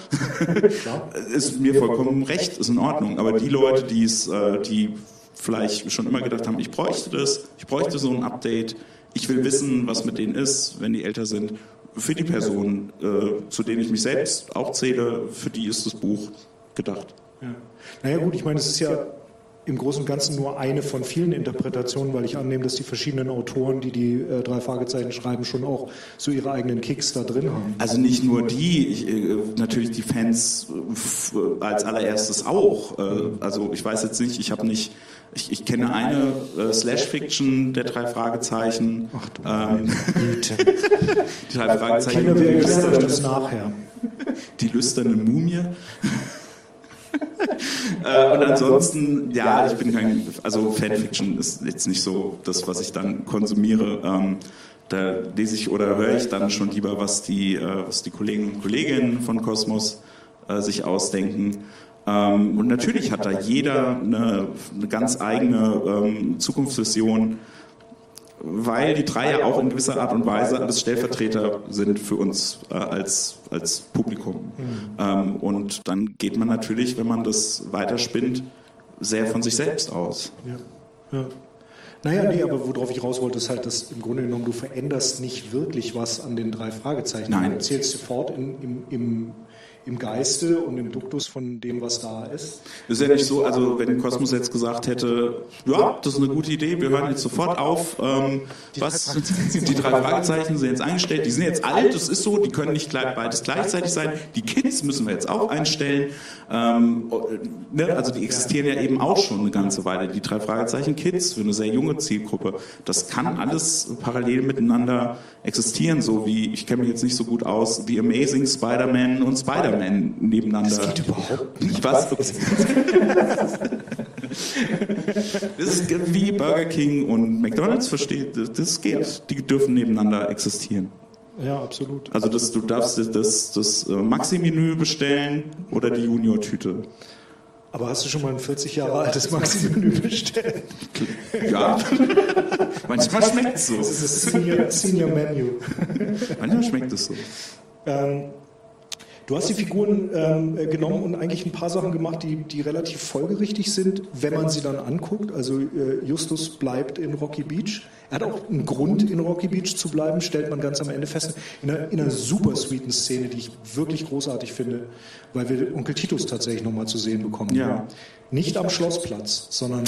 ist mir vollkommen recht, ist in Ordnung. Aber die Leute, die es, äh, die vielleicht schon immer gedacht haben, ich bräuchte das, ich bräuchte so ein Update, ich will wissen, was mit denen ist, wenn die älter sind, für die Personen, äh, zu denen ich mich selbst auch zähle, für die ist das Buch gedacht. Ja. Naja gut, ich meine, es ist ja im Großen und Ganzen nur eine von vielen Interpretationen, weil ich annehme, dass die verschiedenen Autoren, die die äh, drei Fragezeichen schreiben, schon auch so ihre eigenen Kicks da drin haben. Also nicht nur die, ich, äh, natürlich die Fans äh, als allererstes auch. Äh, also ich weiß jetzt nicht, ich habe nicht, ich, ich kenne eine äh, Slash-Fiction der drei Fragezeichen. Ach du ähm, die drei Fragezeichen. Kennen wir das nachher. Die lüsterne Mumie. äh, und ansonsten, ja, ich bin kein, also Fanfiction ist jetzt nicht so das, was ich dann konsumiere. Ähm, da lese ich oder höre ich dann schon lieber, was die, äh, was die Kollegen und Kolleginnen von Kosmos äh, sich ausdenken. Ähm, und natürlich hat da jeder eine, eine ganz eigene ähm, Zukunftsvision, weil die drei ja auch in gewisser Art und Weise alles Stellvertreter sind für uns äh, als, als Publikum. Mhm. Ähm, und dann geht man natürlich, wenn man das weiterspinnt, sehr von sich selbst aus. Ja. Ja. Naja, nee, aber worauf ich raus wollte, ist halt, dass im Grunde genommen du veränderst nicht wirklich was an den drei Fragezeichen. Nein. Du erzählst sofort in, im, im im Geiste und im Duktus von dem, was da ist. Das ist ja nicht so, also wenn Kosmos jetzt gesagt hätte, ja, das ist eine gute Idee, wir hören jetzt sofort auf, ähm, die was, drei die drei Fragezeichen sind jetzt eingestellt, die sind jetzt alt, das ist so, die können nicht beides gleichzeitig sein, die Kids müssen wir jetzt auch einstellen, ähm, ne? Also die existieren ja eben auch schon eine ganze Weile, die drei Fragezeichen Kids für eine sehr junge Zielgruppe, das kann alles parallel miteinander existieren, so wie, ich kenne mich jetzt nicht so gut aus, The Amazing Spider-Man und Spider-Man nebeneinander. Das geht überhaupt nicht. Was? Das ist wie Burger King und McDonald's versteht, das geht. Die dürfen nebeneinander existieren. Ja, absolut. Also das, du darfst das, das, das Maxi-Menü bestellen oder die Junior-Tüte. Aber hast du schon mal ein vierzig Jahre altes Maxi-Menü bestellt? Ja. Manchmal schmeckt es so. Das ist das Senior, Senior Menu. Manchmal schmeckt es so. Ähm, du hast die Figuren ähm, genommen und eigentlich ein paar Sachen gemacht, die, die relativ folgerichtig sind, wenn man sie dann anguckt. Also äh, Justus bleibt in Rocky Beach. Er hat auch einen Grund, in Rocky Beach zu bleiben, stellt man ganz am Ende fest. In einer, in einer super sweeten Szene, die ich wirklich großartig finde, weil wir Onkel Titus tatsächlich nochmal zu sehen bekommen. Ja. Nicht am Schlossplatz, sondern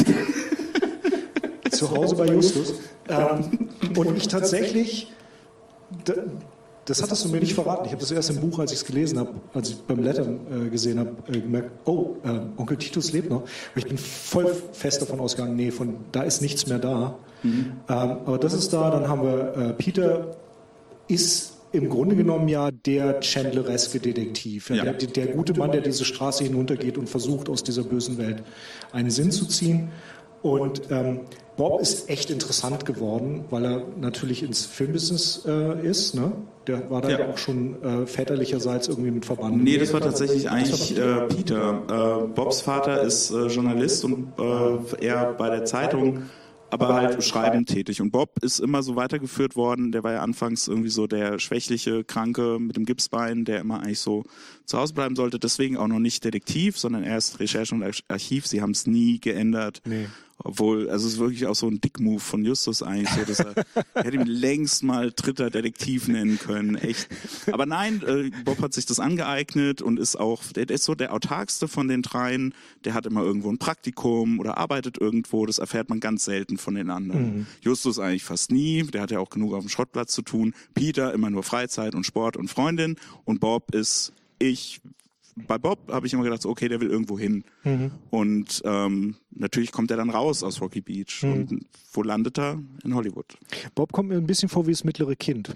zu Hause bei Justus. Ähm, und ich tatsächlich... Da, Das hattest du mir nicht verraten. Ich habe das erst im Buch, als ich es gelesen habe, als ich beim Lettern äh, gesehen habe, äh, gemerkt, oh, äh, Onkel Titus lebt noch. Aber ich bin voll fest davon ausgegangen, nee, von da ist nichts mehr da. Mhm. Ähm, aber das ist da. Dann haben wir äh, Peter ist im Grunde genommen ja der Chandlereske Detektiv. Ja, ja. Der, der gute Mann, der diese Straße hinuntergeht und versucht, aus dieser bösen Welt einen Sinn zu ziehen. Und ähm, Bob ist echt interessant geworden, weil er natürlich ins Filmbusiness äh, ist. Ne? Der war da ja. ja auch schon äh, väterlicherseits irgendwie mit verbunden. Nee, das war tatsächlich eigentlich äh, Peter. Äh, Bobs Vater ist äh, Journalist und äh, er bei der Zeitung, aber halt schreibend tätig. Und Bob ist immer so weitergeführt worden. Der war ja anfangs irgendwie so der schwächliche Kranke mit dem Gipsbein, der immer eigentlich so zu Hause bleiben sollte. Deswegen auch noch nicht Detektiv, sondern erst Recherche und Archiv. Sie haben es nie geändert. Nee. Obwohl, also es ist wirklich auch so ein Dick-Move von Justus eigentlich, so dass er, er hätte ihn längst mal dritter Detektiv nennen können, echt. Aber nein, äh, Bob hat sich das angeeignet und ist auch, der, der ist so der autarkste von den dreien, der hat immer irgendwo ein Praktikum oder arbeitet irgendwo, das erfährt man ganz selten von den anderen. Mhm. Justus eigentlich fast nie, der hat ja auch genug auf dem Schrottplatz zu tun. Peter immer nur Freizeit und Sport und Freundin und Bob ist ich. Bei Bob habe ich immer gedacht, so, okay, der will irgendwo hin. Mhm. Und ähm, natürlich kommt er dann raus aus Rocky Beach. Mhm. Und wo landet er? In Hollywood. Bob kommt mir ein bisschen vor wie das mittlere Kind.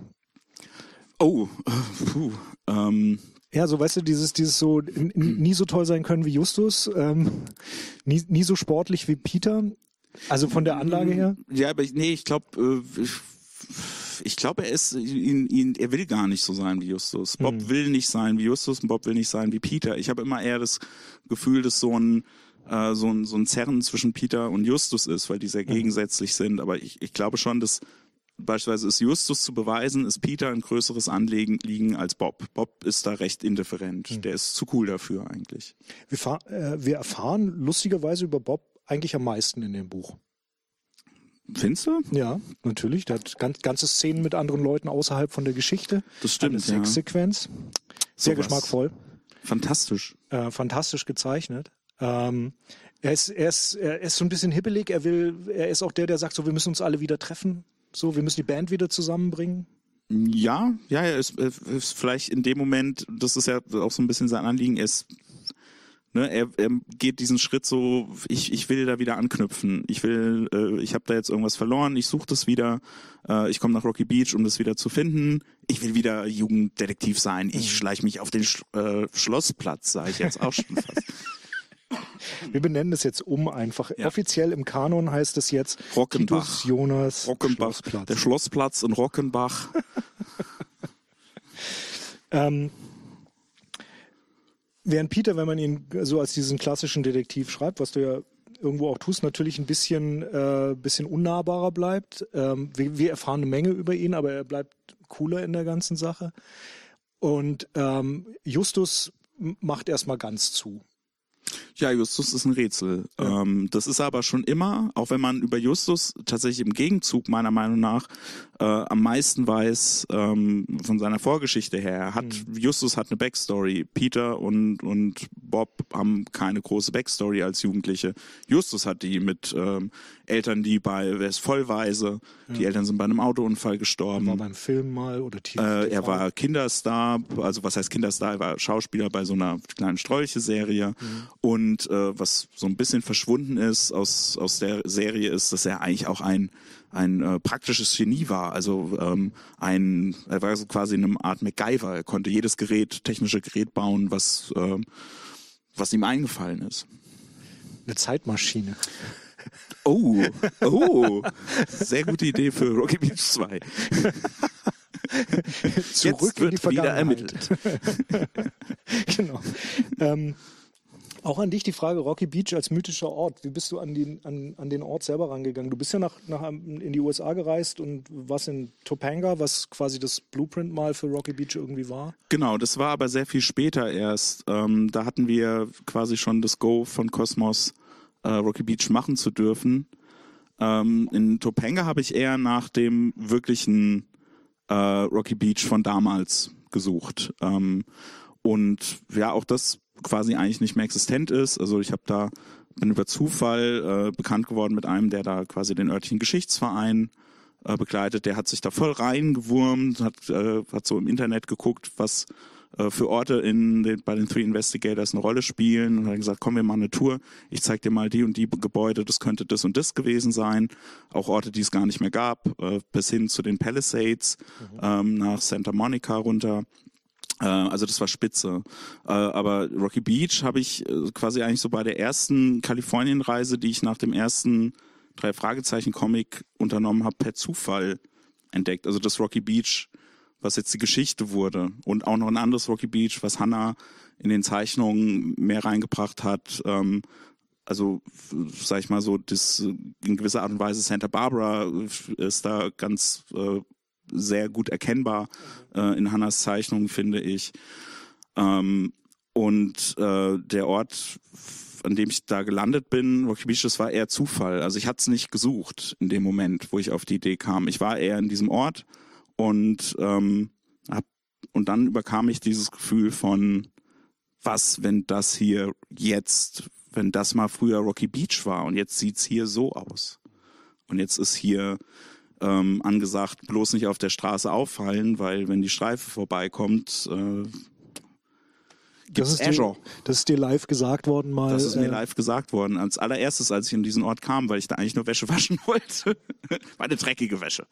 Oh, puh. Ähm, ja, so weißt du, dieses, dieses so n- nie so toll sein können wie Justus, ähm, nie, nie so sportlich wie Peter. Also von der Anlage her? Ja, aber ich, nee, ich glaube, äh, ich, ich glaube, er ist, ihn, ihn, er will gar nicht so sein wie Justus. Bob hm. will nicht sein wie Justus und Bob will nicht sein wie Peter. Ich habe immer eher das Gefühl, dass so ein, äh, so ein, so ein Zerren zwischen Peter und Justus ist, weil die sehr gegensätzlich sind. Aber ich, ich glaube schon, dass beispielsweise ist Justus zu beweisen, ist Peter ein größeres Anliegen liegen als Bob. Bob ist da recht indifferent. Hm. Der ist zu cool dafür eigentlich. Wir, fahr, äh, wir erfahren lustigerweise über Bob eigentlich am meisten in dem Buch. Findest du? Ja, natürlich. Der hat ganz, ganze Szenen mit anderen Leuten außerhalb von der Geschichte. Das stimmt, eine Sexsequenz. Sehr so geschmackvoll. Fantastisch. Äh, fantastisch gezeichnet. Ähm, er ist, er ist, er ist so ein bisschen hibbelig. Er will, er ist auch der, der sagt, so, wir müssen uns alle wieder treffen. So, wir müssen die Band wieder zusammenbringen. Ja, ja, er ist, er ist vielleicht in dem Moment, das ist ja auch so ein bisschen sein Anliegen, er ist Ne, er, er geht diesen Schritt so, ich, ich will da wieder anknüpfen. Ich will, äh, ich habe da jetzt irgendwas verloren, ich suche das wieder. Äh, ich komme nach Rocky Beach, um das wieder zu finden. Ich will wieder Jugenddetektiv sein. Ich mhm. schleiche mich auf den Sch äh, Schlossplatz, sage ich jetzt auch schon fast. Wir benennen es jetzt um einfach. Ja. Offiziell im Kanon heißt es jetzt Rockenbach. Titus Jonas Rockenbach. Schlossplatz. Der Schlossplatz in Rockenbach. ähm, Während Peter, wenn man ihn so als diesen klassischen Detektiv schreibt, was du ja irgendwo auch tust, natürlich ein bisschen, äh, bisschen unnahbarer bleibt. Ähm, wir, wir erfahren eine Menge über ihn, aber er bleibt cooler in der ganzen Sache. Und ähm, Justus macht erstmal ganz zu. Ja, Justus ist ein Rätsel. Ja. Ähm, das ist aber schon immer, auch wenn man über Justus tatsächlich im Gegenzug meiner Meinung nach äh, am meisten weiß ähm, von seiner Vorgeschichte her. Er hat, mhm. Justus hat eine Backstory. Peter und, und Bob haben keine große Backstory als Jugendliche. Justus hat die mit ähm, Eltern, die bei, er ist vollweise, ja. die Eltern sind bei einem Autounfall gestorben. Er war beim Film mal oder T V. Äh, er war Kinderstar, also was heißt Kinderstar? Er war Schauspieler bei so einer kleinen Strolche-Serie. Mhm. Und äh, was so ein bisschen verschwunden ist aus, aus der Serie ist, dass er eigentlich auch ein, ein äh, praktisches Genie war. Also ähm, ein, er war so quasi eine Art MacGyver. Er konnte jedes Gerät, technische Gerät bauen, was, äh, was ihm eingefallen ist. Eine Zeitmaschine. Oh, oh, sehr gute Idee für Rocky Beach zwei. Zurück Jetzt in die wird wieder Vergangenheit. ermittelt. Genau. Ähm, auch an dich die Frage, Rocky Beach als mythischer Ort. Wie bist du an den, an, an den Ort selber rangegangen? Du bist ja nach, nach, in die U S A gereist und warst in Topanga, was quasi das Blueprint mal für Rocky Beach irgendwie war. Genau, das war aber sehr viel später erst. Ähm, da hatten wir quasi schon das Go von Cosmos, äh, Rocky Beach machen zu dürfen. Ähm, in Topanga habe ich eher nach dem wirklichen äh, Rocky Beach von damals gesucht. Ähm, und ja, auch das quasi eigentlich nicht mehr existent ist. Also ich habe da, bin über Zufall äh, bekannt geworden mit einem, der da quasi den örtlichen Geschichtsverein äh, begleitet. Der hat sich da voll reingewurmt, hat, äh, hat so im Internet geguckt, was äh, für Orte in den, bei den Three Investigators eine Rolle spielen und hat gesagt, komm, wir machen eine Tour. Ich zeig dir mal die und die Gebäude, das könnte das und das gewesen sein. Auch Orte, die es gar nicht mehr gab, äh, bis hin zu den Palisades, mhm. ähm, nach Santa Monica runter. Also das war spitze. Aber Rocky Beach habe ich quasi eigentlich so bei der ersten Kalifornienreise, die ich nach dem ersten Drei-Fragezeichen-Comic unternommen habe, per Zufall entdeckt. Also das Rocky Beach, was jetzt die Geschichte wurde. Und auch noch ein anderes Rocky Beach, was Hannah in den Zeichnungen mehr reingebracht hat. Also, sag ich mal so, das in gewisser Art und Weise Santa Barbara ist da ganz sehr gut erkennbar äh, in Hannahs Zeichnung, finde ich. Ähm, und äh, der Ort, an dem ich da gelandet bin, Rocky Beach, das war eher Zufall. Also ich hatte es nicht gesucht in dem Moment, wo ich auf die Idee kam. Ich war eher in diesem Ort und ähm, hab, und dann überkam ich dieses Gefühl von, was, wenn das hier jetzt, wenn das mal früher Rocky Beach war und jetzt sieht's hier so aus. Und jetzt ist hier Ähm, angesagt, bloß nicht auf der Straße auffallen, weil wenn die Streife vorbeikommt, äh, gibt's Azure. Das ist dir live gesagt worden mal? Das ist mir äh, live gesagt worden. Als allererstes, als ich in diesen Ort kam, weil ich da eigentlich nur Wäsche waschen wollte. Meine dreckige Wäsche.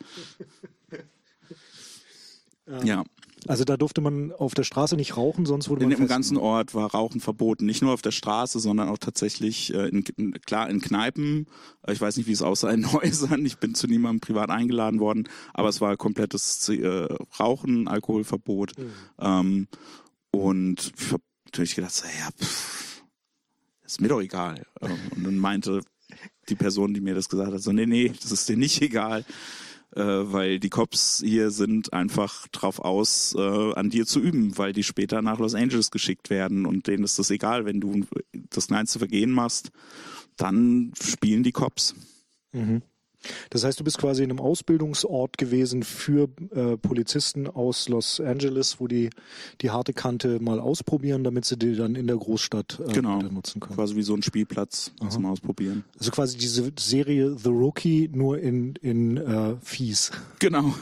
ähm, ja. Also da durfte man auf der Straße nicht rauchen, sonst wurde man in dem ganzen Ort war Rauchen verboten. Nicht nur auf der Straße, sondern auch tatsächlich, äh, in, klar in Kneipen. Ich weiß nicht, wie es aussah in Häusern. Ich bin zu niemandem privat eingeladen worden. Aber es war komplettes äh, Rauchen, Alkoholverbot. Mhm. Ähm, und ich habe natürlich gedacht, so, ja, pff, ist mir doch egal. Und dann meinte die Person, die mir das gesagt hat, so, nee, nee, das ist dir nicht egal. Äh, weil die Cops hier sind einfach drauf aus, äh, an dir zu üben, weil die später nach Los Angeles geschickt werden und denen ist das egal, wenn du das kleinste Vergehen machst, dann spielen die Cops. Mhm. Das heißt, du bist quasi in einem Ausbildungsort gewesen für äh, Polizisten aus Los Angeles, wo die die harte Kante mal ausprobieren, damit sie die dann in der Großstadt äh, genau. wieder nutzen können. Quasi wie so ein Spielplatz Aha. zum Ausprobieren. Also quasi diese Serie The Rookie nur in in äh, fies. Genau.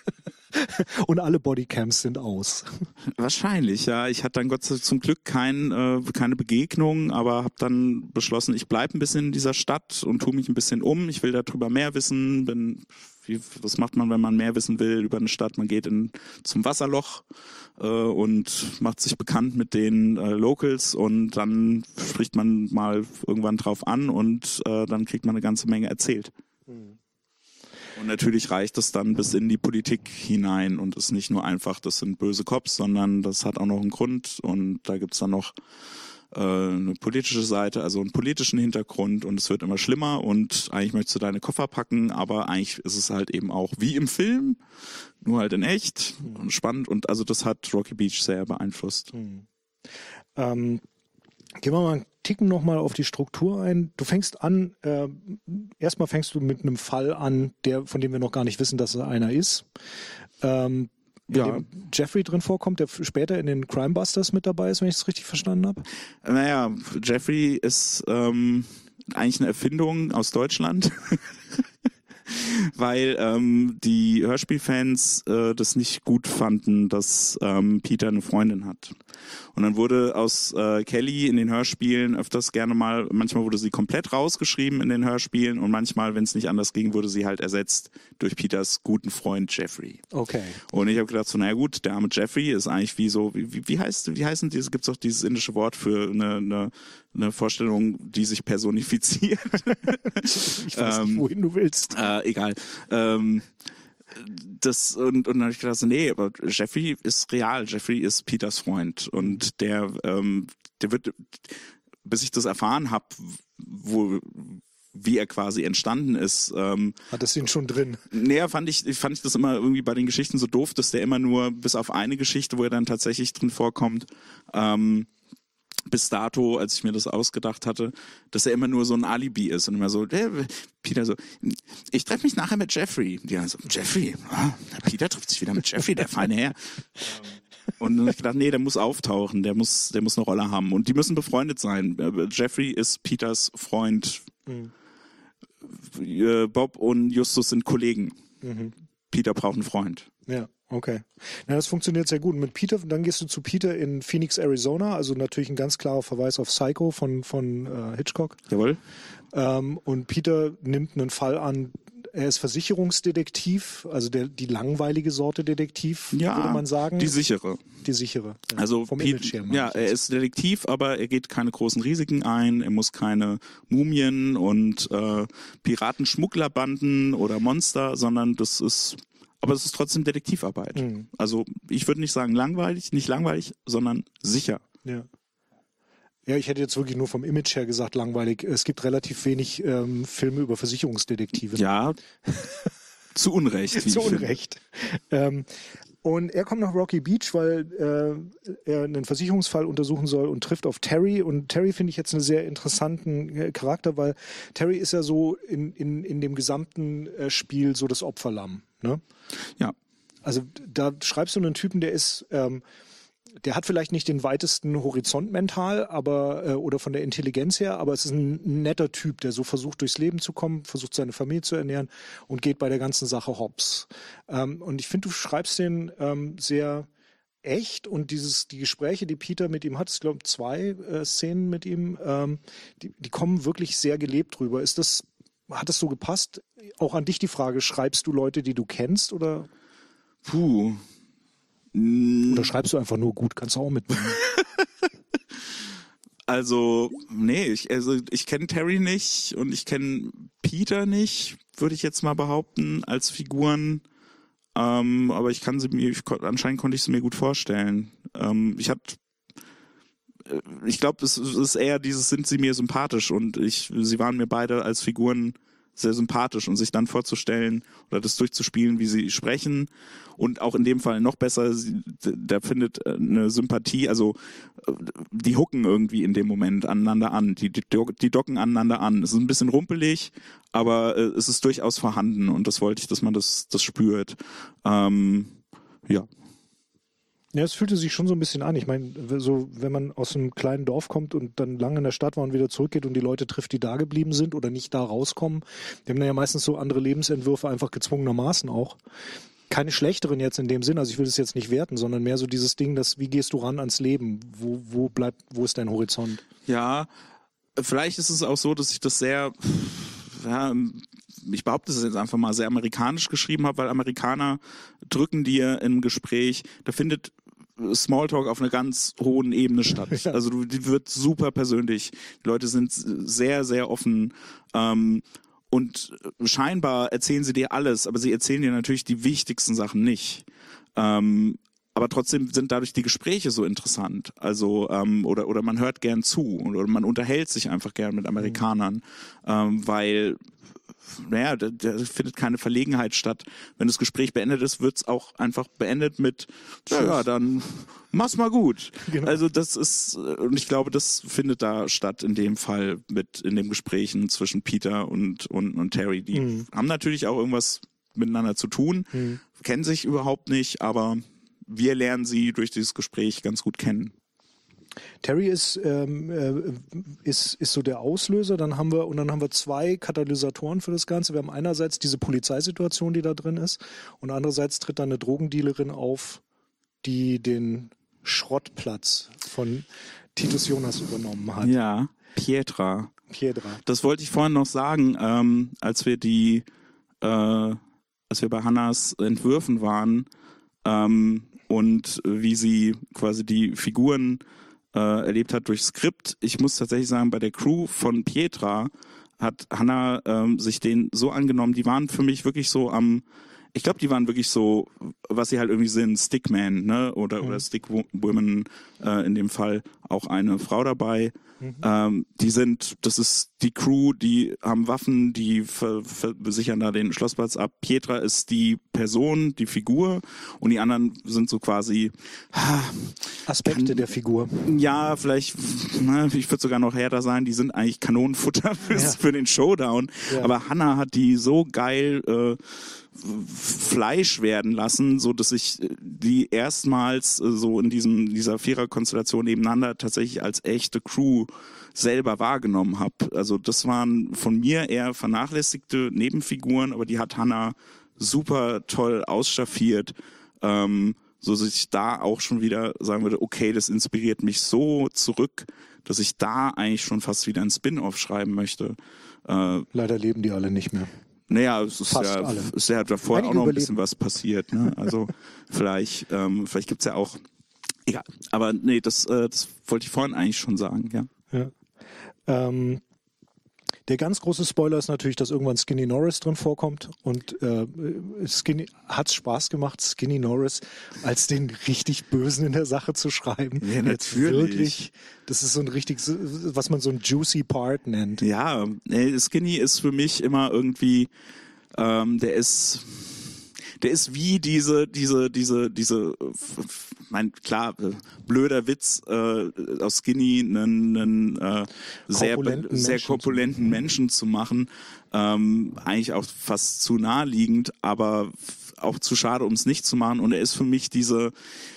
Und alle Bodycams sind aus. Wahrscheinlich, ja. Ich hatte dann Gott sei Dank zum Glück kein, äh, keine Begegnung, aber habe dann beschlossen, ich bleibe ein bisschen in dieser Stadt und tue mich ein bisschen um. Ich will darüber mehr wissen. Bin, wie, was macht man, wenn man mehr wissen will über eine Stadt? Man geht in, zum Wasserloch äh, und macht sich bekannt mit den äh, Locals und dann spricht man mal irgendwann drauf an und äh, dann kriegt man eine ganze Menge erzählt. Mhm. Und natürlich reicht es dann bis in die Politik hinein und ist nicht nur einfach, das sind böse Cops, sondern das hat auch noch einen Grund und da gibt's dann noch äh, eine politische Seite, also einen politischen Hintergrund und es wird immer schlimmer und eigentlich möchtest du deine Koffer packen, aber eigentlich ist es halt eben auch wie im Film, nur halt in echt und spannend und also das hat Rocky Beach sehr beeinflusst. Mhm. Ähm, gehen wir mal einen Ticken nochmal auf die Struktur ein. Du fängst an, äh, erstmal fängst du mit einem Fall an, der, von dem wir noch gar nicht wissen, dass es einer ist. Ähm, in ja. dem Jeffrey drin vorkommt, der später in den Crimebusters mit dabei ist, wenn ich es richtig verstanden habe. Naja, Jeffrey ist ähm, eigentlich eine Erfindung aus Deutschland. Weil ähm, die Hörspielfans äh, das nicht gut fanden, dass ähm, Peter eine Freundin hat. Und dann wurde aus äh, Kelly in den Hörspielen öfters gerne mal, manchmal wurde sie komplett rausgeschrieben in den Hörspielen und manchmal, wenn es nicht anders ging, wurde sie halt ersetzt durch Peters guten Freund Jeffrey. Okay. Und ich habe gedacht, so, naja gut, der arme Jeffrey ist eigentlich wie so, wie, wie heißt, wie heißen diese, gibt's doch dieses indische Wort für eine, eine, eine Vorstellung, die sich personifiziert. Ich weiß nicht, wohin du willst. Äh, egal. Ähm, das, und, und dann habe ich gedacht, nee, aber Jeffrey ist real, Jeffrey ist Peters Freund und der, ähm, der wird, bis ich das erfahren habe, wo, wie er quasi entstanden ist. Ähm, Hat es ihn schon drin? Näher fand ich, fand ich das immer irgendwie bei den Geschichten so doof, dass der immer nur, bis auf eine Geschichte, wo er dann tatsächlich drin vorkommt, ähm, bis dato, als ich mir das ausgedacht hatte, dass er immer nur so ein Alibi ist und immer so, der, Peter so, ich treffe mich nachher mit Jeffrey. Die dann so, Jeffrey? Ah, der Peter trifft sich wieder mit Jeffrey, der feine Herr. Und dann habe ich gedacht, nee, der muss auftauchen, der muss, der muss eine Rolle haben. Und die müssen befreundet sein. Jeffrey ist Peters Freund. Mhm. Bob und Justus sind Kollegen. Mhm. Peter braucht einen Freund. Ja, okay. Na, das funktioniert sehr gut. Mit Peter, dann gehst du zu Peter in Phoenix, Arizona, also natürlich ein ganz klarer Verweis auf Psycho von, von äh, Hitchcock. Jawohl. Ähm, und Peter nimmt einen Fall an, er ist Versicherungsdetektiv, also der, die langweilige Sorte Detektiv, ja, würde man sagen. Die sichere. Die sichere. Ja. Also vom Pete, Image her. Ja, er ist Detektiv, aber er geht keine großen Risiken ein. Er muss keine Mumien und äh, Piratenschmugglerbanden oder Monster, sondern das ist, aber es ist trotzdem Detektivarbeit. Mhm. Also ich würde nicht sagen langweilig, nicht langweilig, sondern sicher. Ja. Ja, ich hätte jetzt wirklich nur vom Image her gesagt, langweilig. Es gibt relativ wenig ähm, Filme über Versicherungsdetektive. Ja, zu Unrecht. Zu Unrecht. Ähm, und er kommt nach Rocky Beach, weil äh, er einen Versicherungsfall untersuchen soll und trifft auf Terry. Und Terry finde ich jetzt einen sehr interessanten äh, Charakter, weil Terry ist ja so in, in, in dem gesamten äh, Spiel so das Opferlamm. Ne? Ja. Also da schreibst du einen Typen, der ist... Ähm, Der hat vielleicht nicht den weitesten Horizont mental, aber äh, oder von der Intelligenz her, aber es ist ein netter Typ, der so versucht, durchs Leben zu kommen, versucht, seine Familie zu ernähren und geht bei der ganzen Sache hops. Ähm, und ich finde, du schreibst den ähm, sehr echt und dieses die Gespräche, die Peter mit ihm hat, ich glaube zwei äh, Szenen mit ihm, ähm, die, die kommen wirklich sehr gelebt rüber. Ist das, hat das so gepasst? Auch an dich die Frage, schreibst du Leute, die du kennst oder? Puh. Oder schreibst du einfach nur gut, kannst du auch mitnehmen. Also, nee, ich, also ich kenne Terry nicht und ich kenne Peter nicht, würde ich jetzt mal behaupten, als Figuren. Ähm, aber ich kann sie mir, ich, anscheinend konnte ich sie mir gut vorstellen. Ähm, ich hatte, ich glaube, es ist eher dieses, sind sie mir sympathisch und ich, sie waren mir beide als Figuren sehr sympathisch und sich dann vorzustellen oder das durchzuspielen, wie sie sprechen und auch in dem Fall noch besser, da findet eine Sympathie, also die hucken irgendwie in dem Moment aneinander an, die, die, die docken aneinander an. Es ist ein bisschen rumpelig, aber es ist durchaus vorhanden und das wollte ich, dass man das, das spürt. Ähm, ja. Ja, es fühlte sich schon so ein bisschen an. Ich meine, so wenn man aus einem kleinen Dorf kommt und dann lange in der Stadt war und wieder zurückgeht und die Leute trifft, die da geblieben sind oder nicht da rauskommen, die haben dann ja meistens so andere Lebensentwürfe, einfach gezwungenermaßen auch. Keine schlechteren jetzt in dem Sinn, also ich will das jetzt nicht werten, sondern mehr so dieses Ding, dass wie gehst du ran ans Leben? Wo, wo bleibt, wo ist dein Horizont? Ja, vielleicht ist es auch so, dass ich das sehr, ja, ich behaupte es jetzt einfach mal, sehr amerikanisch geschrieben habe, weil Amerikaner drücken dir im Gespräch, da findet Smalltalk auf einer ganz hohen Ebene statt. Ja. Also die wird super persönlich. Die Leute sind sehr, sehr offen. Ähm, und scheinbar erzählen sie dir alles, aber sie erzählen dir natürlich die wichtigsten Sachen nicht. Ähm, aber trotzdem sind dadurch die Gespräche so interessant. Also ähm, oder oder man hört gern zu oder man unterhält sich einfach gern mit Amerikanern, mhm. ähm, weil naja, da, da findet keine Verlegenheit statt. Wenn das Gespräch beendet ist, wird es auch einfach beendet mit, ja, ja, dann mach's mal gut. Genau. Also das ist, und ich glaube, das findet da statt in dem Fall mit, in den Gesprächen zwischen Peter und, und, und Terry. Die mhm. haben natürlich auch irgendwas miteinander zu tun, mhm. kennen sich überhaupt nicht, aber wir lernen sie durch dieses Gespräch ganz gut kennen. Terry ist, ähm, äh, ist, ist so der Auslöser, dann haben wir, und dann haben wir zwei Katalysatoren für das Ganze. Wir haben einerseits diese Polizeisituation, die da drin ist, und andererseits tritt dann eine Drogendealerin auf, die den Schrottplatz von Titus Jonas übernommen hat. Ja, Pietra. Pietra. Das wollte ich vorhin noch sagen, ähm, als wir die, äh, als wir bei Hannas Entwürfen waren, ähm, und wie sie quasi die Figuren äh, erlebt hat durch Skript. Ich muss tatsächlich sagen, bei der Crew von Pietra hat Hannah ähm, sich den so angenommen, die waren für mich wirklich so am ich glaube, die waren wirklich so, was sie halt irgendwie sind, Stickman, ne? Oder, mhm. oder Stickwomen, äh, in dem Fall auch eine Frau dabei. Mhm. Ähm, die sind, das ist die Crew, die haben Waffen, die ver, ver, sichern da den Schlossplatz ab. Pietra ist die Person, die Figur, und die anderen sind so quasi ha, Aspekte kann, der Figur. Ja, vielleicht, ne, ich würde sogar noch härter sein, die sind eigentlich Kanonenfutter fürs, ja. für den Showdown. Ja. Aber Hannah hat die so geil äh, Fleisch werden lassen, so dass ich die erstmals äh, so in diesem dieser Viererkonstellation nebeneinander tatsächlich als echte Crew selber wahrgenommen habe. Also das waren von mir eher vernachlässigte Nebenfiguren, aber die hat Hannah super toll ausstaffiert, ähm, so dass ich da auch schon wieder sagen würde, okay, das inspiriert mich so zurück, dass ich da eigentlich schon fast wieder ein Spin-off schreiben möchte. Äh, Leider leben die alle nicht mehr. Naja, es ist ja, ist ja davor Einige auch noch ein bisschen was passiert. Ne? Also vielleicht, ähm, vielleicht gibt's ja auch, egal. Aber nee, das, äh, das wollte ich vorhin eigentlich schon sagen, ja. ja. Ähm, der ganz große Spoiler ist natürlich, dass irgendwann Skinny Norris drin vorkommt, und äh, Skinny hat's Spaß gemacht, Skinny Norris als den richtig Bösen in der Sache zu schreiben. Ja, natürlich. Jetzt wirklich, das ist so ein richtig, was man so ein juicy Part nennt. Ja, Skinny ist für mich immer irgendwie, ähm, der ist, der ist wie diese, diese, diese, diese, mein klar, blöder Witz äh, aus Skinny einen, einen äh, sehr, korpulenten sehr Menschen korpulenten Menschen zu machen, ähm, eigentlich auch fast zu naheliegend, aber auch zu schade, um es nicht zu machen. Und er ist für mich diese,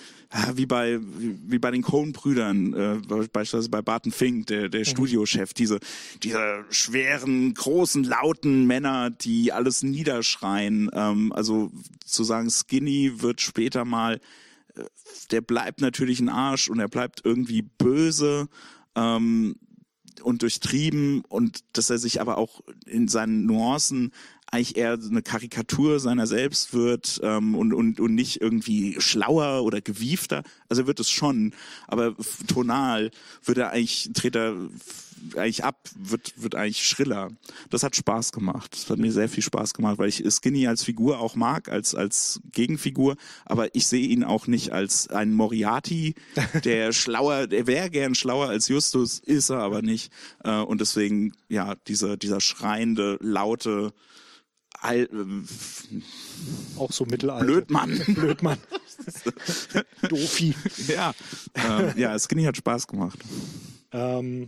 wie bei wie bei den Coen-Brüdern, äh, beispielsweise bei Barton Fink, der der mhm. Studiochef, diese diese schweren, großen, lauten Männer, die alles niederschreien. Ähm, also zu sagen, Skinny wird später mal, äh, der bleibt natürlich ein Arsch und er bleibt irgendwie böse ähm, und durchtrieben, und dass er sich aber auch in seinen Nuancen eigentlich eher eine Karikatur seiner selbst wird, ähm, und, und, und nicht irgendwie schlauer oder gewiefter. Also er wird es schon, aber tonal wird er eigentlich, dreht er eigentlich ab, wird, wird eigentlich schriller. Das hat Spaß gemacht. Das hat mir sehr viel Spaß gemacht, weil ich Skinny als Figur auch mag, als, als Gegenfigur, aber ich sehe ihn auch nicht als einen Moriarty, der schlauer, der wäre gern schlauer als Justus, ist er aber nicht. Äh, und deswegen, ja, dieser, dieser schreiende, laute, All, äh, auch so Mittelalter. Blödmann. Blödmann. Doofi. Ja, ähm, ja, Skinny hat Spaß gemacht. Ähm,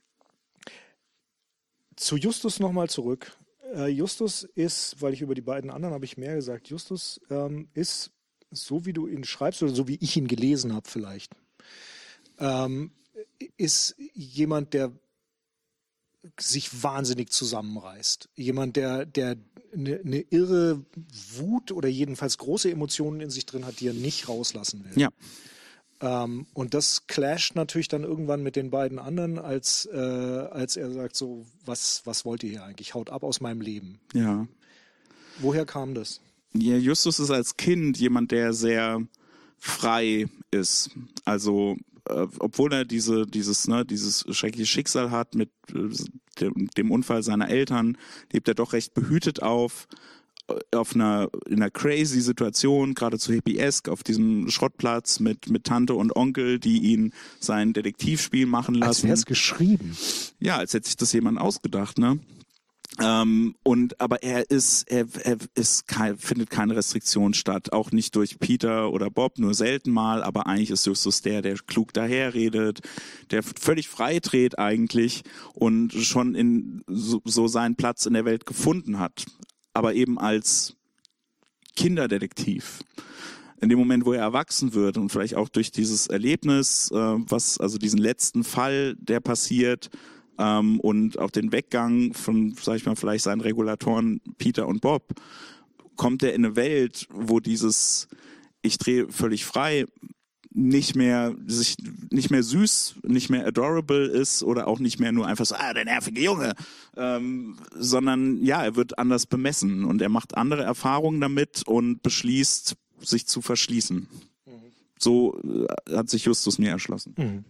zu Justus nochmal zurück. Äh, Justus ist, weil ich über die beiden anderen habe ich mehr gesagt, Justus ähm, ist, so wie du ihn schreibst oder so wie ich ihn gelesen habe vielleicht, ähm, ist jemand, der sich wahnsinnig zusammenreißt. Jemand, der, der eine, eine irre Wut oder jedenfalls große Emotionen in sich drin hat, die er nicht rauslassen will. Ja. Ähm, und das clasht natürlich dann irgendwann mit den beiden anderen, als, äh, als er sagt so, was, was wollt ihr hier eigentlich? Haut ab aus meinem Leben. Ja. Woher kam das? Ja, Justus ist als Kind jemand, der sehr frei ist. Also äh, obwohl er diese, dieses, ne, dieses schreckliche Schicksal hat mit äh, dem, dem Unfall seiner Eltern, lebt er doch recht behütet auf, auf einer, in einer crazy Situation, geradezu hippiesk, auf diesem Schrottplatz mit, mit Tante und Onkel, die ihn sein Detektivspiel machen lassen. Als wäre es geschrieben. Ja, als hätte sich das jemand ausgedacht, ne? Ähm, und aber er ist, er, er ist kein, findet keine Restriktion statt, auch nicht durch Peter oder Bob, nur selten mal, aber eigentlich ist Justus der, der klug daherredet, der völlig frei dreht eigentlich und schon in so, so seinen Platz in der Welt gefunden hat, aber eben als Kinderdetektiv. In dem Moment, wo er erwachsen wird und vielleicht auch durch dieses Erlebnis, äh, was, also diesen letzten Fall, der passiert, Ähm, und auch den Weggang von, sag ich mal, vielleicht seinen Regulatoren Peter und Bob, kommt er in eine Welt, wo dieses ich drehe völlig frei nicht mehr sich nicht mehr süß, nicht mehr adorable ist oder auch nicht mehr nur einfach so, ah, der nervige Junge, ähm, sondern ja, er wird anders bemessen und er macht andere Erfahrungen damit und beschließt, sich zu verschließen. Mhm. So äh, hat sich Justus mir erschlossen. Mhm.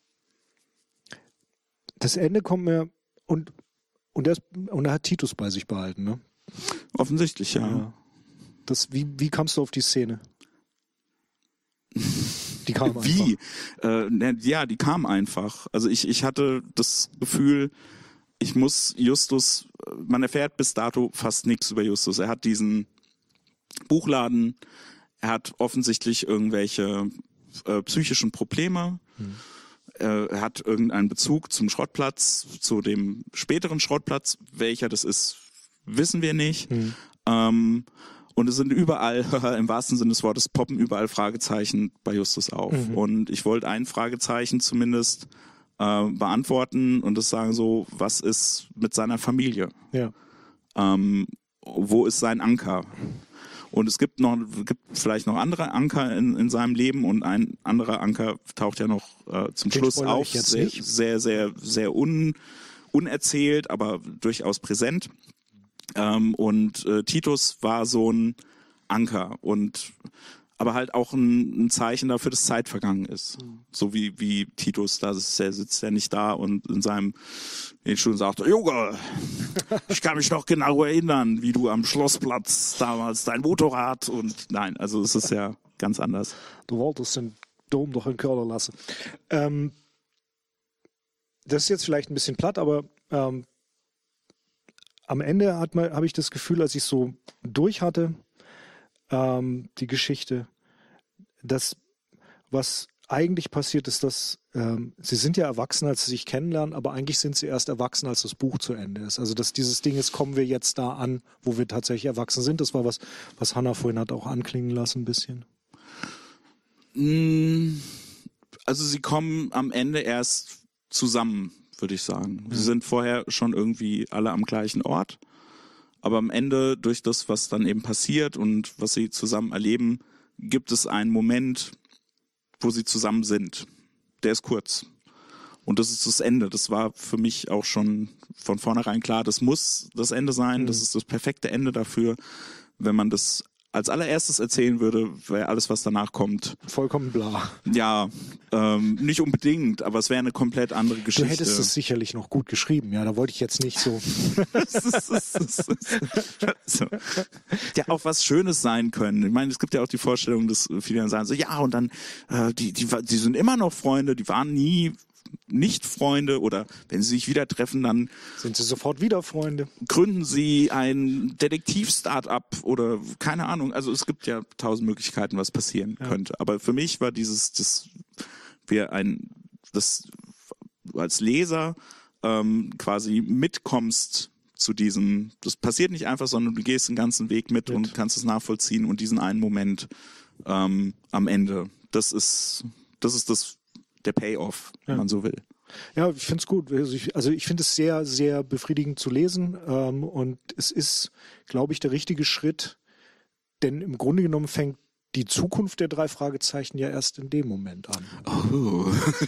Das Ende kommt mir, und und, das, und er hat Titus bei sich behalten, ne? Offensichtlich, ja. ja. Das, wie, wie kamst du auf die Szene? Die kam einfach. Wie? Äh, ja, die kam einfach. Also ich, ich hatte das Gefühl, ich muss Justus, man erfährt bis dato fast nichts über Justus. Er hat diesen Buchladen, er hat offensichtlich irgendwelche äh, psychischen Probleme, hm. äh, er hat irgendeinen Bezug zum Schrottplatz, zu dem späteren Schrottplatz. Welcher das ist, wissen wir nicht. Hm. Ähm, Und es sind überall, im wahrsten Sinne des Wortes, poppen überall Fragezeichen bei Justus auf. Mhm. Und ich wollte ein Fragezeichen zumindest äh, beantworten und das sagen so, was ist mit seiner Familie? Ja. Ähm, wo ist sein Anker? Und es gibt noch, gibt vielleicht noch andere Anker in, in seinem Leben und ein anderer Anker taucht ja noch äh, zum Den Schluss auf, sehr, sehr, sehr, sehr un, unerzählt, aber durchaus präsent. Ähm, und äh, Titus war so ein Anker und aber halt auch ein, ein Zeichen dafür, dass Zeit vergangen ist. Mhm. So wie, wie Titus, da ist, der sitzt ja nicht da und in seinem Stuhl sagt, Junge, ich kann mich noch genau erinnern, wie du am Schlossplatz damals dein Motorrad und nein, also es ist ja ganz anders. Du wolltest den Dom doch in Körner lassen. Ähm, das ist jetzt vielleicht ein bisschen platt, aber ähm, am Ende hat man, habe ich das Gefühl, als ich so durch hatte, ähm, die Geschichte, dass was eigentlich passiert ist, dass ähm, sie sind ja erwachsen, als sie sich kennenlernen, aber eigentlich sind sie erst erwachsen, als das Buch zu Ende ist. Also dass dieses Ding ist, kommen wir jetzt da an, wo wir tatsächlich erwachsen sind. Das war was, was Hannah vorhin hat auch anklingen lassen ein bisschen. Also sie kommen am Ende erst zusammen, würde ich sagen. Sie sind vorher schon irgendwie alle am gleichen Ort, aber am Ende durch das, was dann eben passiert und was sie zusammen erleben, gibt es einen Moment, wo sie zusammen sind. Der ist kurz. Und das ist das Ende. Das war für mich auch schon von vornherein klar, das muss das Ende sein. Mhm. Das ist das perfekte Ende dafür. Wenn man das als allererstes erzählen würde, wäre alles, was danach kommt, vollkommen bla. Ja, ähm, nicht unbedingt, aber es wäre eine komplett andere Geschichte. Du hättest es sicherlich noch gut geschrieben, ja, da wollte ich jetzt nicht so. so. Ja, auch was Schönes sein können. Ich meine, es gibt ja auch die Vorstellung, dass viele dann sagen so, ja, und dann, äh, die, die, die sind immer noch Freunde, die waren nie nicht Freunde oder wenn sie sich wieder treffen, dann sind sie sofort wieder Freunde. Gründen sie ein Detektiv-Start-up oder keine Ahnung. Also es gibt ja tausend Möglichkeiten, was passieren ja. könnte. Aber für mich war dieses, dass wir ein, das als Leser ähm, quasi mitkommst zu diesem, das passiert nicht einfach, sondern du gehst den ganzen Weg mit, mit. und kannst es nachvollziehen und diesen einen Moment ähm, am Ende. Das ist, das ist das der Payoff, wenn ja. man so will. Ja, ich finde es gut. Also ich, also ich finde es sehr, sehr befriedigend zu lesen ähm, und es ist, glaube ich, der richtige Schritt, denn im Grunde genommen fängt die Zukunft der drei Fragezeichen ja erst in dem Moment an. Oh.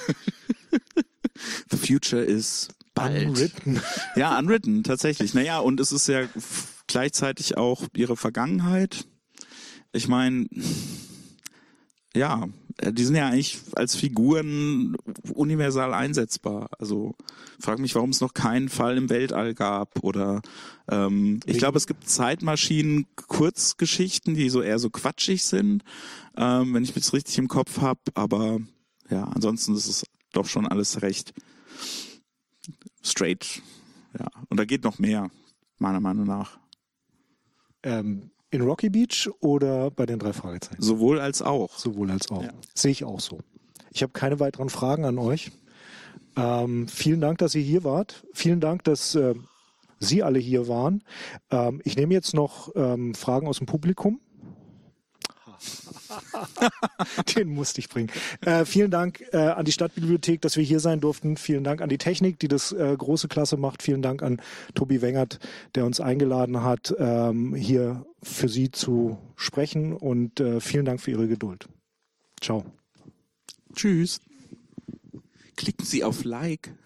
The future is bald. Unwritten. Ja, unwritten, tatsächlich. Naja, und es ist ja gleichzeitig auch ihre Vergangenheit. Ich meine, ja, die sind ja eigentlich als Figuren universal einsetzbar. Also frag mich, warum es noch keinen Fall im Weltall gab oder ähm, ich glaube, es gibt Zeitmaschinen-Kurzgeschichten, die so eher so quatschig sind, ähm, wenn ich mich richtig im Kopf habe. Aber ja, ansonsten ist es doch schon alles recht straight. Ja, und da geht noch mehr, meiner Meinung nach. Ähm. In Rocky Beach oder bei den drei Fragezeichen? Sowohl als auch. Sowohl als auch. Ja. Sehe ich auch so. Ich habe keine weiteren Fragen an euch. Ähm, vielen Dank, dass ihr hier wart. Vielen Dank, dass äh, Sie alle hier waren. Ähm, ich nehme jetzt noch ähm, Fragen aus dem Publikum. Den musste ich bringen. Äh, vielen Dank äh, an die Stadtbibliothek, dass wir hier sein durften. Vielen Dank an die Technik, die das äh, große Klasse macht. Vielen Dank an Tobi Wengert, der uns eingeladen hat, ähm, hier für Sie zu sprechen. Und äh, vielen Dank für Ihre Geduld. Ciao. Tschüss. Klicken Sie auf Like.